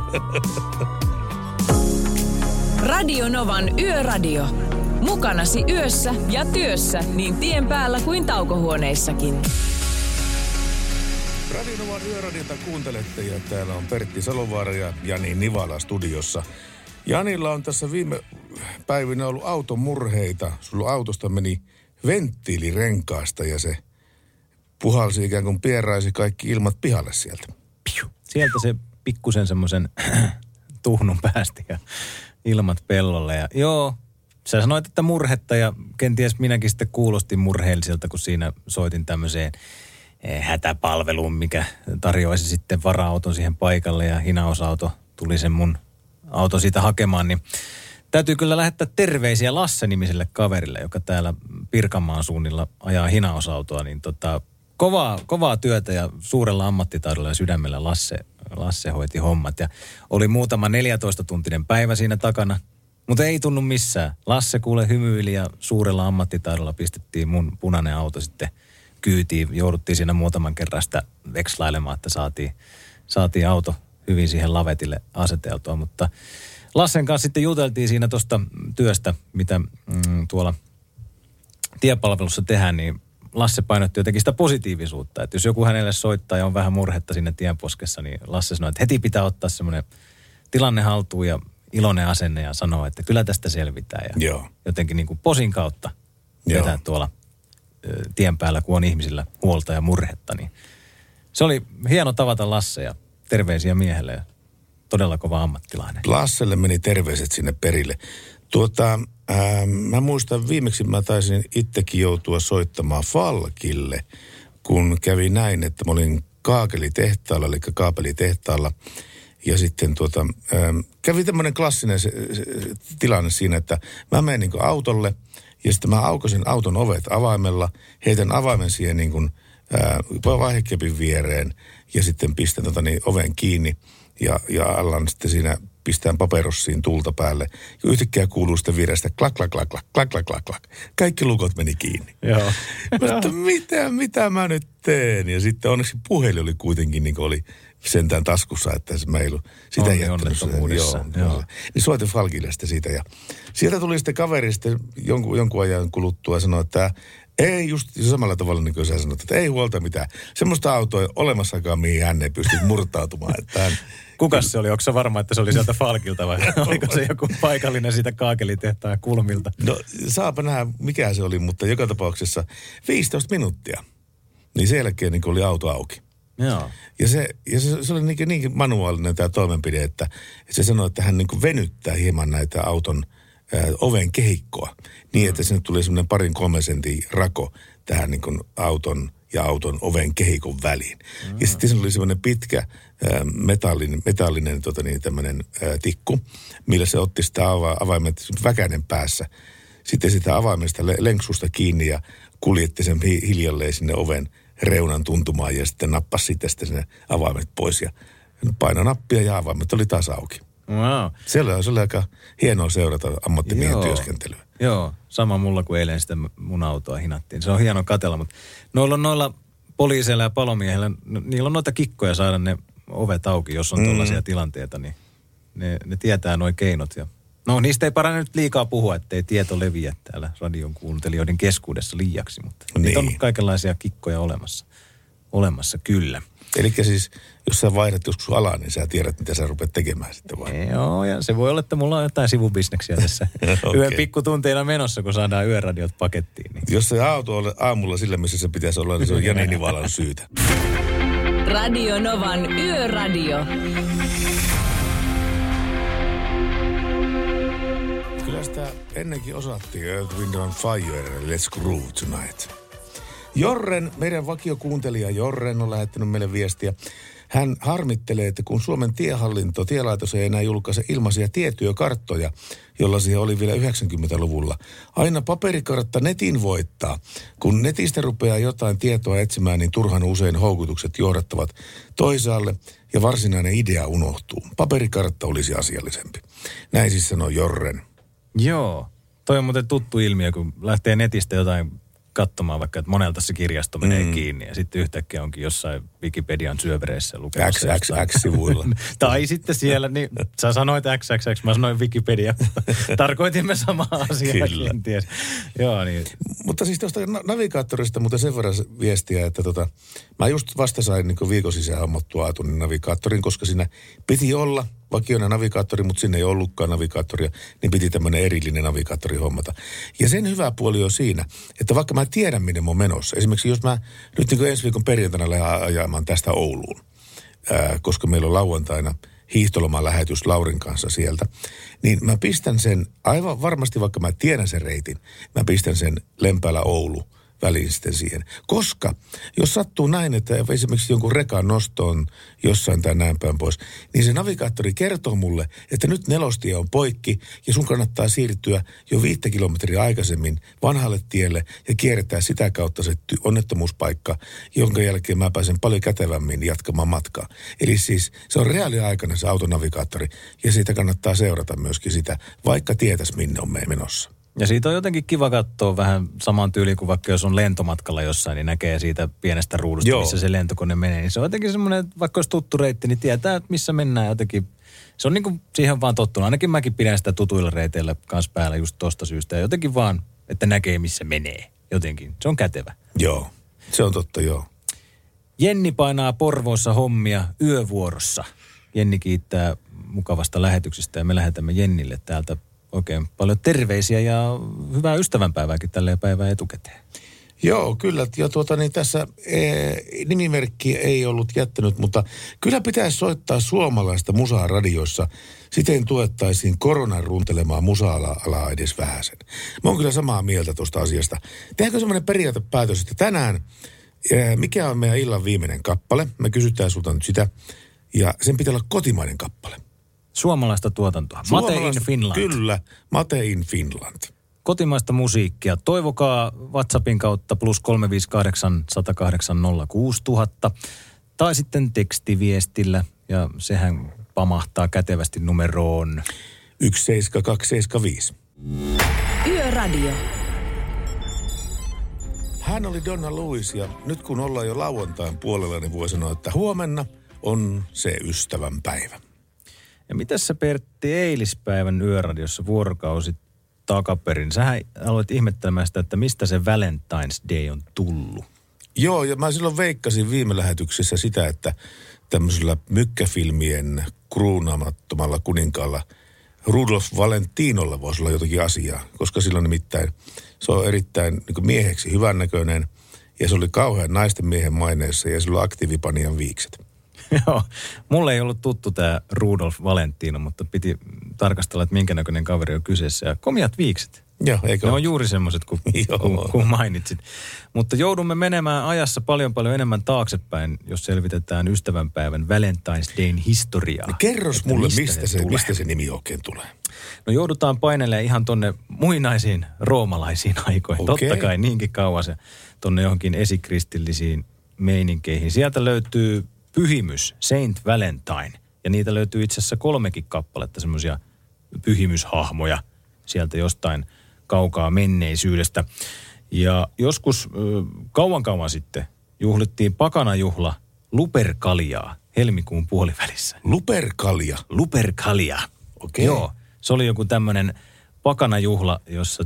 Radio Novan Yöradio. Mukanasi yössä ja työssä niin tien päällä kuin taukohuoneissakin. Radio Novan Yöradiota kuuntelette ja täällä on Pertti Salovaara ja Jani Nivala studiossa. Janilla on tässä viime päivinä ollut automurheita. Sulla autosta meni venttiili renkaasta ja se puhalsi ikään kuin pieraisi kaikki ilmat pihalle sieltä. Piu. Sieltä se pikkusen semmoisen tuhnun päästi ja ilmat pellolle. Ja joo, sä sanoit, että murhetta ja kenties minäkin sitten kuulostin murheelliselta, kun siinä soitin tämmöiseen hätäpalveluun, mikä tarjoaisi sitten vara-auton siihen paikalle ja hinausauto tuli sen mun auton siitä hakemaan, niin täytyy kyllä lähettää terveisiä Lasse-nimiselle kaverille, joka täällä Pirkanmaan suunnilla ajaa hinausautoa, niin kovaa työtä ja suurella ammattitaidolla ja sydämellä Lasse hoiti hommat ja oli muutama 14-tuntinen päivä siinä takana, mutta ei tunnu missään. Lasse kuule hymyili ja suurella ammattitaidolla pistettiin mun punainen auto sitten kyytiin. Jouduttiin siinä muutaman kerran sitä vekslailemaan, että saatiin auto hyvin siihen lavetille aseteltua, mutta Lassen kanssa sitten juteltiin siinä tuosta työstä, mitä tuolla tiepalvelussa tehdään, niin Lasse painotti jotenkin sitä positiivisuutta, että jos joku hänelle soittaa ja on vähän murhetta sinne tienposkessa, niin Lasse sanoi, että heti pitää ottaa semmoinen tilanne haltuun ja iloinen asenne ja sanoa, että kyllä tästä selvitään ja Joo. jotenkin niin kuin posin kautta vetää tuolla tien päällä, kun on ihmisillä huolta ja murhetta, niin se oli hieno tavata Lasse ja terveisiä miehelle ja todella kova ammattilainen. Lasselle meni terveiset sinne perille. Mä muistan viimeksi mä taisin itsekin joutua soittamaan Falkille, kun kävi näin, että mä olin kaakelitehtaalla, eli kaapelitehtaalla. Ja sitten kävi tämmöinen klassinen tilanne siinä, että mä menen niin kuin autolle ja sitten mä aukasin auton ovet avaimella, heitän avaimen siihen niin kuin vaihekepin viereen ja sitten pistän oven kiinni ja alan sitten siinä pistään paperossiin tulta päälle. Ja yhtäkkiä kuuluu sitten vierestä klak, klak, klak, klak, klak, klak, klak, klak. Kaikki lukot meni kiinni. Joo. Mitä mä nyt teen? Ja sitten onneksi puhelin oli kuitenkin niin kuin oli sentään taskussa, että se meilu sitä jättänyt. Joo. Niin soitin Falkille sitten siitä ja sieltä tuli sitten kaveri sitten jonkun ajan kuluttua ja sanoi, että ei just samalla tavalla niin kuin sä sanot, että ei huolta mitään. Semmoista autoa ei olemassakaan, mihin hän ei pysty murtautumaan. Että Kukas se oli? Onko se varma, että se oli sieltä Falkilta vai oliko se joku paikallinen siitä kaakelitehtaan kulmilta? No saapa nähdä, mikä se oli, mutta joka tapauksessa 15 minuuttia. Niin sen jälkeen niin oli auto auki. Joo. Ja se oli niinkin manuaalinen tämä toimenpide, että se sanoi, että hän niin kuin venyttää hieman näitä auton oven kehikkoa. Niin, että sinne tuli semmoinen 2-3 sentin rako tähän niin kuin auton ja auton oven kehikon väliin. Ja sitten siinä oli semmoinen pitkä metallinen tämmöinen tikku, millä se otti sitä avaimet väkäinen päässä. Sitten sitä avaimesta lenksusta kiinni ja kuljetti sen hiljalleen sinne oven reunan tuntumaan ja sitten nappasi sitten sinne avaimet pois ja painoi nappia ja avaimet oli taas auki. Wow. Siellä oli aika hienoa seurata ammattimiehen työskentelyä. Joo, sama mulla kuin eilen sitä mun autoa hinattiin. Se on hieno katsella, mutta noilla poliiseilla ja palomiehillä, niillä on noita kikkoja saada ne ovet auki, jos on tuollaisia tilanteita, niin ne tietää nuo keinot. Ja no niistä ei parane nyt liikaa puhua, ettei tieto leviä täällä radion kuuntelijoiden keskuudessa liiaksi, mutta niitä on kaikenlaisia kikkoja olemassa kyllä. Eli siis, jos sä vaihdat joskus alaa, niin sä tiedät, mitä sä rupeat tekemään sitten vai? Joo, ja se voi olla, että mulla on jotain sivubisneksiä tässä yön pikkutunteina menossa, kun saadaan yöradiot pakettiin. Niin. Jos se auto on aamulla sillä, missä se pitäisi olla, niin se on Jani Nivalan syytä. Radio Novan Yöradio. Kyllä sitä ennenkin osattiin Earth, Wind & Fire, Let's Groove Tonight. Jorren, meidän vakiokuuntelija Jorren on lähettänyt meille viestiä. Hän harmittelee, että kun Suomen tielaitos ei enää julkaise ilmaisia tietyökarttoja, jollaisia oli vielä 90-luvulla. Aina paperikartta netin voittaa. Kun netistä rupeaa jotain tietoa etsimään, niin turhan usein houkutukset johdattavat toisaalle ja varsinainen idea unohtuu. Paperikartta olisi asiallisempi. Näin siis sanoi Jorren. Joo, toi on muuten tuttu ilmiö, kun lähtee netistä jotain katsomaan vaikka, että monelta se kirjasto menee kiinni ja sitten yhtäkkiä onkin jossain Wikipedian syövereissä lukemassa. XXX-sivuilla. Tai sitten siellä, niin sä sanoit XXX, mä sanoin Wikipedia. Tarkoitimme samaa asiaa kenties. Joo, niin. Mutta siis tuosta navigaattorista mutta sen verran viestiä, että mä just vasta sain niin viikon sisään hommattua Aatunin navigaattorin, koska siinä piti olla vakioinen navigaattori, mutta sinne ei ollutkaan navigaattoria, niin piti tämmöinen erillinen navigaattori hommata. Ja sen hyvä puoli on siinä, että vaikka mä tiedän, minne mä oon menossa, esimerkiksi jos mä nyt niin ensi viikon perjantaina lähden ajamaan tästä Ouluun, koska meillä on lauantaina hiihtoloman lähetys Laurin kanssa sieltä, niin mä pistän sen, aivan varmasti vaikka mä tiedän sen reitin, mä pistän sen Lempäälä Oulu väliin sitten siihen. Koska jos sattuu näin, että esimerkiksi jonkun rekan nosto on jossain tai näin päin pois, niin se navigaattori kertoo mulle, että nyt nelostie on poikki ja sun kannattaa siirtyä jo 5 kilometriä aikaisemmin vanhalle tielle ja kierretään sitä kautta se onnettomuuspaikka, jonka jälkeen mä pääsen paljon kätevämmin jatkamaan matkaa. Eli siis se on reaaliaikainen se autonavigaattori ja siitä kannattaa seurata myöskin sitä, vaikka tietäisi minne on menossa. Ja siitä on jotenkin kiva katsoa vähän saman tyyliin kuin vaikka jos on lentomatkalla jossain, niin näkee siitä pienestä ruudusta, missä se lentokone menee. Niin se on jotenkin semmoinen, vaikka olisi tuttu reitti, niin tietää, että missä mennään jotenkin. Se on niin kuin siihen vaan tottunut. Ainakin mäkin pidän sitä tutuilla reiteillä kanssa päällä just tosta syystä. Ja jotenkin vaan, että näkee missä menee. Jotenkin. Se on kätevä. Joo, se on totta, joo. Jenni painaa Porvoossa hommia yövuorossa. Jenni kiittää mukavasta lähetyksestä ja me lähetämme Jennille täältä oikein paljon terveisiä ja hyvää ystävänpäivääkin tälleen päivää etukäteen. Joo, kyllä. Ja niin tässä nimimerkki ei ollut jättänyt, mutta kyllä pitäisi soittaa suomalaista musaa radioissa. Siten tuettaisiin koronan runtelemaa musa-alaa edes vähäsen. Mä oon kyllä samaa mieltä tuosta asiasta. Tehdäänkö semmoinen periaatepäätös, että tänään, mikä on meidän illan viimeinen kappale? Me kysytään sulta nyt sitä. Ja sen pitää olla kotimainen kappale. Suomalaista tuotantoa. Mate in Finland. Kyllä, Mate in Finland. Kotimaista musiikkia. Toivokaa WhatsAppin kautta +358 108 06000 tai sitten tekstiviestillä ja sehän pamahtaa kätevästi numeroon 17275. Yöradio. Hän oli Donna Lewis ja nyt kun ollaan jo lauantain puolella, niin voi sanoa, että huomenna on se ystävänpäivä. Ja mitäs sä Pertti eilispäivän Yöradiossa vuorokausi takaperin? Sähän aloit ihmettelemään sitä, että mistä se Valentine's Day on tullut. Joo, ja mä silloin veikkasin viime lähetyksessä sitä, että tämmöisellä mykkäfilmien kruunaamattomalla kuninkaalla Rudolf Valentinolla voisi olla jotakin asiaa, koska silloin nimittäin se on erittäin niin mieheksi hyvännäköinen ja se oli kauhean naisten miehen maineessa ja sillä on aktiivipanian viikset. Joo, mulle ei ollut tuttu tämä Rudolf Valentino, mutta piti tarkastella, että minkä näköinen kaveri on kyseessä. Ja komiat viikset. Joo, eikö ne on juuri semmoiset, kun mainitsit. Mutta joudumme menemään ajassa paljon enemmän taaksepäin, jos selvitetään ystävänpäivän Valentine's Dayn historiaa. No kerros mulle, mistä se nimi oikein tulee. No joudutaan painelemaan ihan tonne muinaisiin roomalaisiin aikoihin. Okay. Totta kai niinkin kauas ja tonne johonkin esikristillisiin meininkeihin. Sieltä löytyy pyhimys, Saint Valentine. Ja niitä löytyy itse asiassa 3 kappaletta, semmoisia pyhimyshahmoja sieltä jostain kaukaa menneisyydestä. Ja joskus kauan sitten juhlittiin pakanajuhla Luperkaliaa helmikuun puolivälissä. Luperkalia? Luperkalia. Okei. Joo, se oli joku tämmöinen pakanajuhla, jossa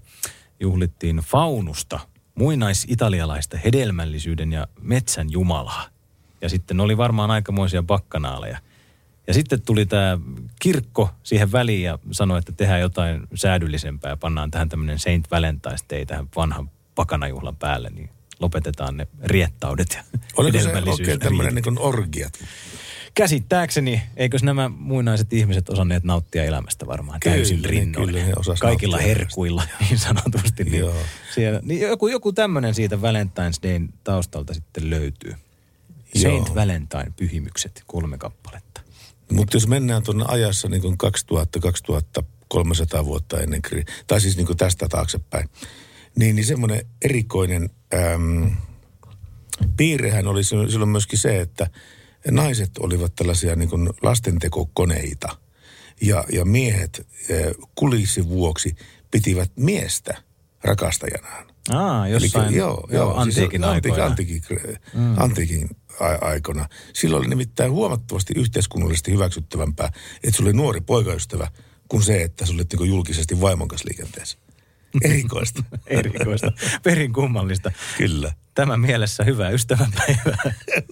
juhlittiin Faunusta, muinaisitalialaista hedelmällisyyden ja metsän jumalaa. Ja sitten oli varmaan aikamoisia bakkanaaleja. Ja sitten tuli tämä kirkko siihen väliin ja sanoi, että tehdään jotain säädyllisempää. Pannaan tähän tämmöinen Saint Valentine's Day tähän vanhan pakanajuhlan päälle, niin lopetetaan ne riettaudet ja oliko se oikein tämmöinen niin kuin orgiat? Käsittääkseni, eikös nämä muinaiset ihmiset osanneet nauttia elämästä varmaan täysin rinnoin. Kaikilla herkuilla niin sanotusti. Niin siellä, niin joku tämmöinen siitä Valentine's Dayn taustalta sitten löytyy. Saint Valentine pyhimykset, 3 kappaletta. Mutta jos mennään tuonne ajassa niin kuin 2000-2300 vuotta ennen tai siis niin kuin tästä taaksepäin, niin semmoinen erikoinen piirrehän oli silloin myöskin se, että naiset olivat tällaisia niin kuin lastentekokoneita ja miehet kulissin vuoksi pitivät miestä rakastajanaan. Jossain antiikin aikoina. Antiikin aikana. Silloin oli nimittäin huomattavasti yhteiskunnallisesti hyväksyttävämpää, että sulla oli nuori poikaystävä, kuin se, että sulla oli niin julkisesti vaimon kanssa liikenteessä. Erikoista. Erikoista. Perin kummallista. Kyllä. Tämän mielessä hyvää ystävänpäivää.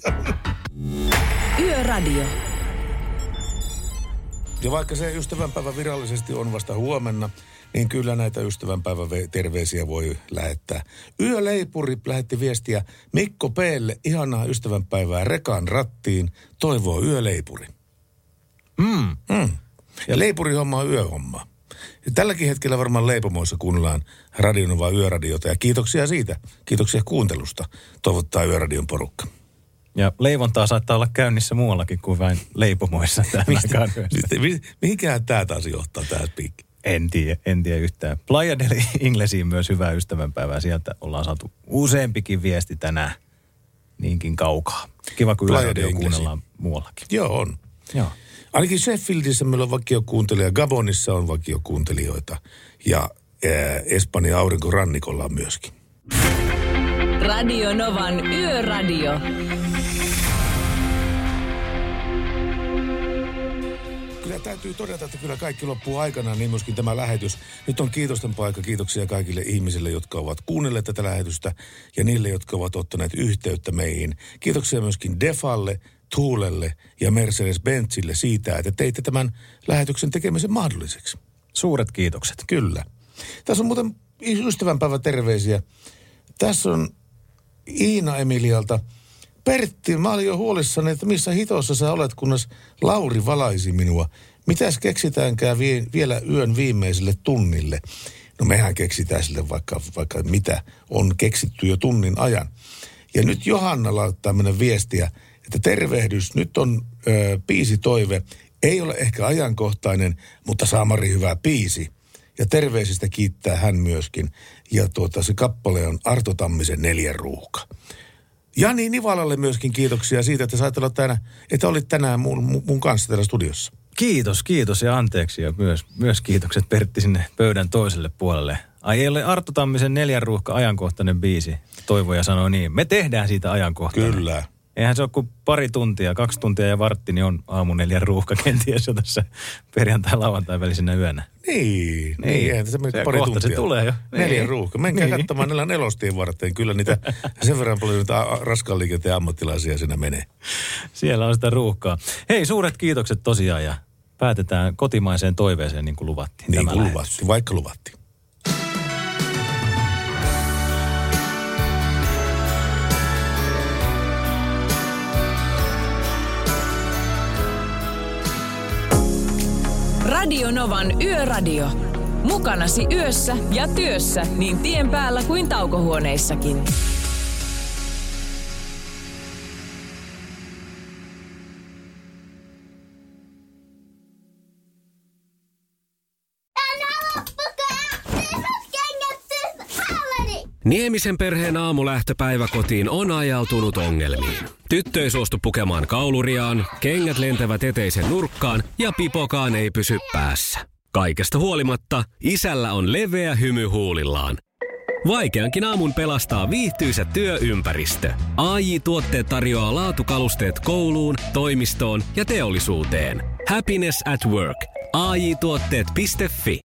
Yöradio. Ja vaikka se ystävänpäivä virallisesti on vasta huomenna, niin kyllä näitä ystävänpäivän terveisiä voi lähettää. Yöleipuri lähetti viestiä Mikko P.lle ihanaa ystävänpäivää rekan rattiin, toivoo yöleipuri. Ja leipurihomma on yöhomma. Ja tälläkin hetkellä varmaan leipomoissa kuunnellaan Radio Nova Yöradiota ja kiitoksia siitä. Kiitoksia kuuntelusta, toivottaa Yöradion porukka. Ja leivontaa saattaa olla käynnissä muuallakin kuin vain leipomoissa tähän aikaan. Mihinkään tämä taas johtaa tämä spiikki? En tiedä yhtään. Playa del Inglesiin myös hyvää ystävänpäivää. Sieltä ollaan saatu useampikin viesti tänään niinkin kaukaa. Kiva, kun Yöradio kuunnellaan muuallakin. Joo, on. Joo. Ainakin Sheffieldissä meillä on vakiokuuntelija, Gabonissa on vakiokuuntelijoita ja Espanjan aurinkorannikolla on myöskin. Radio Novan Yöradio. Kyllä täytyy todeta, että kyllä kaikki loppuu aikanaan, niin myöskin tämä lähetys. Nyt on kiitosten paikka. Kiitoksia kaikille ihmisille, jotka ovat kuunnelleet tätä lähetystä ja niille, jotka ovat ottaneet yhteyttä meihin. Kiitoksia myöskin Defalle, Tuulelle ja Mercedes-Benzille siitä, että teitte tämän lähetyksen tekemisen mahdolliseksi. Suuret kiitokset. Kyllä. Tässä on muuten ystävänpäivä terveisiä. Tässä on Iina Emilialta. Pertti, mä olin jo huolissani, että missä hitossa sä olet, kunnes Lauri valaisi minua. Mitäs keksitäänkään vielä yön viimeiselle tunnille? No mehän keksitään sille vaikka mitä on keksitty jo tunnin ajan. Ja nyt Johanna laittaa meidän viestiä, että tervehdys, nyt on biisitoive. Ei ole ehkä ajankohtainen, mutta saamari hyvä biisi. Ja terveisistä kiittää hän myöskin. Ja se kappale on Arto Tammisen 4 ruuhka. Jani Nivalalle myöskin kiitoksia siitä, että sait olla että olit tänään mun kanssa täällä studiossa. Kiitos ja anteeksi ja myös kiitokset Pertti sinne pöydän toiselle puolelle. Ai ei ole Arto Tammisen 4 ruuhka ajankohtainen biisi, Toivoja sanoi niin. Me tehdään siitä ajankohtainen. Kyllä. Eihän se ole kuin 2 tuntia ja vartti, niin on aamu 4 ruuhka kenties jo tässä perjantai-lauantai välisenä yönä. Niin. Eihän se meni 2 tuntia. Se tulee jo. 4 ruuhka. Menkää katsomaan 4 varten. Kyllä niitä sen verran paljon niitä raskaan liikenteen ammattilaisia siinä menee. Siellä on sitä ruuhkaa. Hei, suuret kiitokset tosiaan ja päätetään kotimaiseen toiveeseen niin kuin luvattiin. Niin kuin luvattiin, vaikka luvattiin. Radio Novan Yöradio. Mukanasi yössä ja työssä niin tien päällä kuin taukohuoneissakin. Niemisen perheen aamulähtöpäivä kotiin on ajautunut ongelmiin. Tyttö ei suostu pukemaan kauluriaan, kengät lentävät eteisen nurkkaan ja pipokaan ei pysy päässä. Kaikesta huolimatta, isällä on leveä hymy huulillaan. Vaikeankin aamun pelastaa viihtyisä työympäristö. AJ Tuotteet tarjoaa laatukalusteet kouluun, toimistoon ja teollisuuteen. Happiness at work. AJ-tuotteet.fi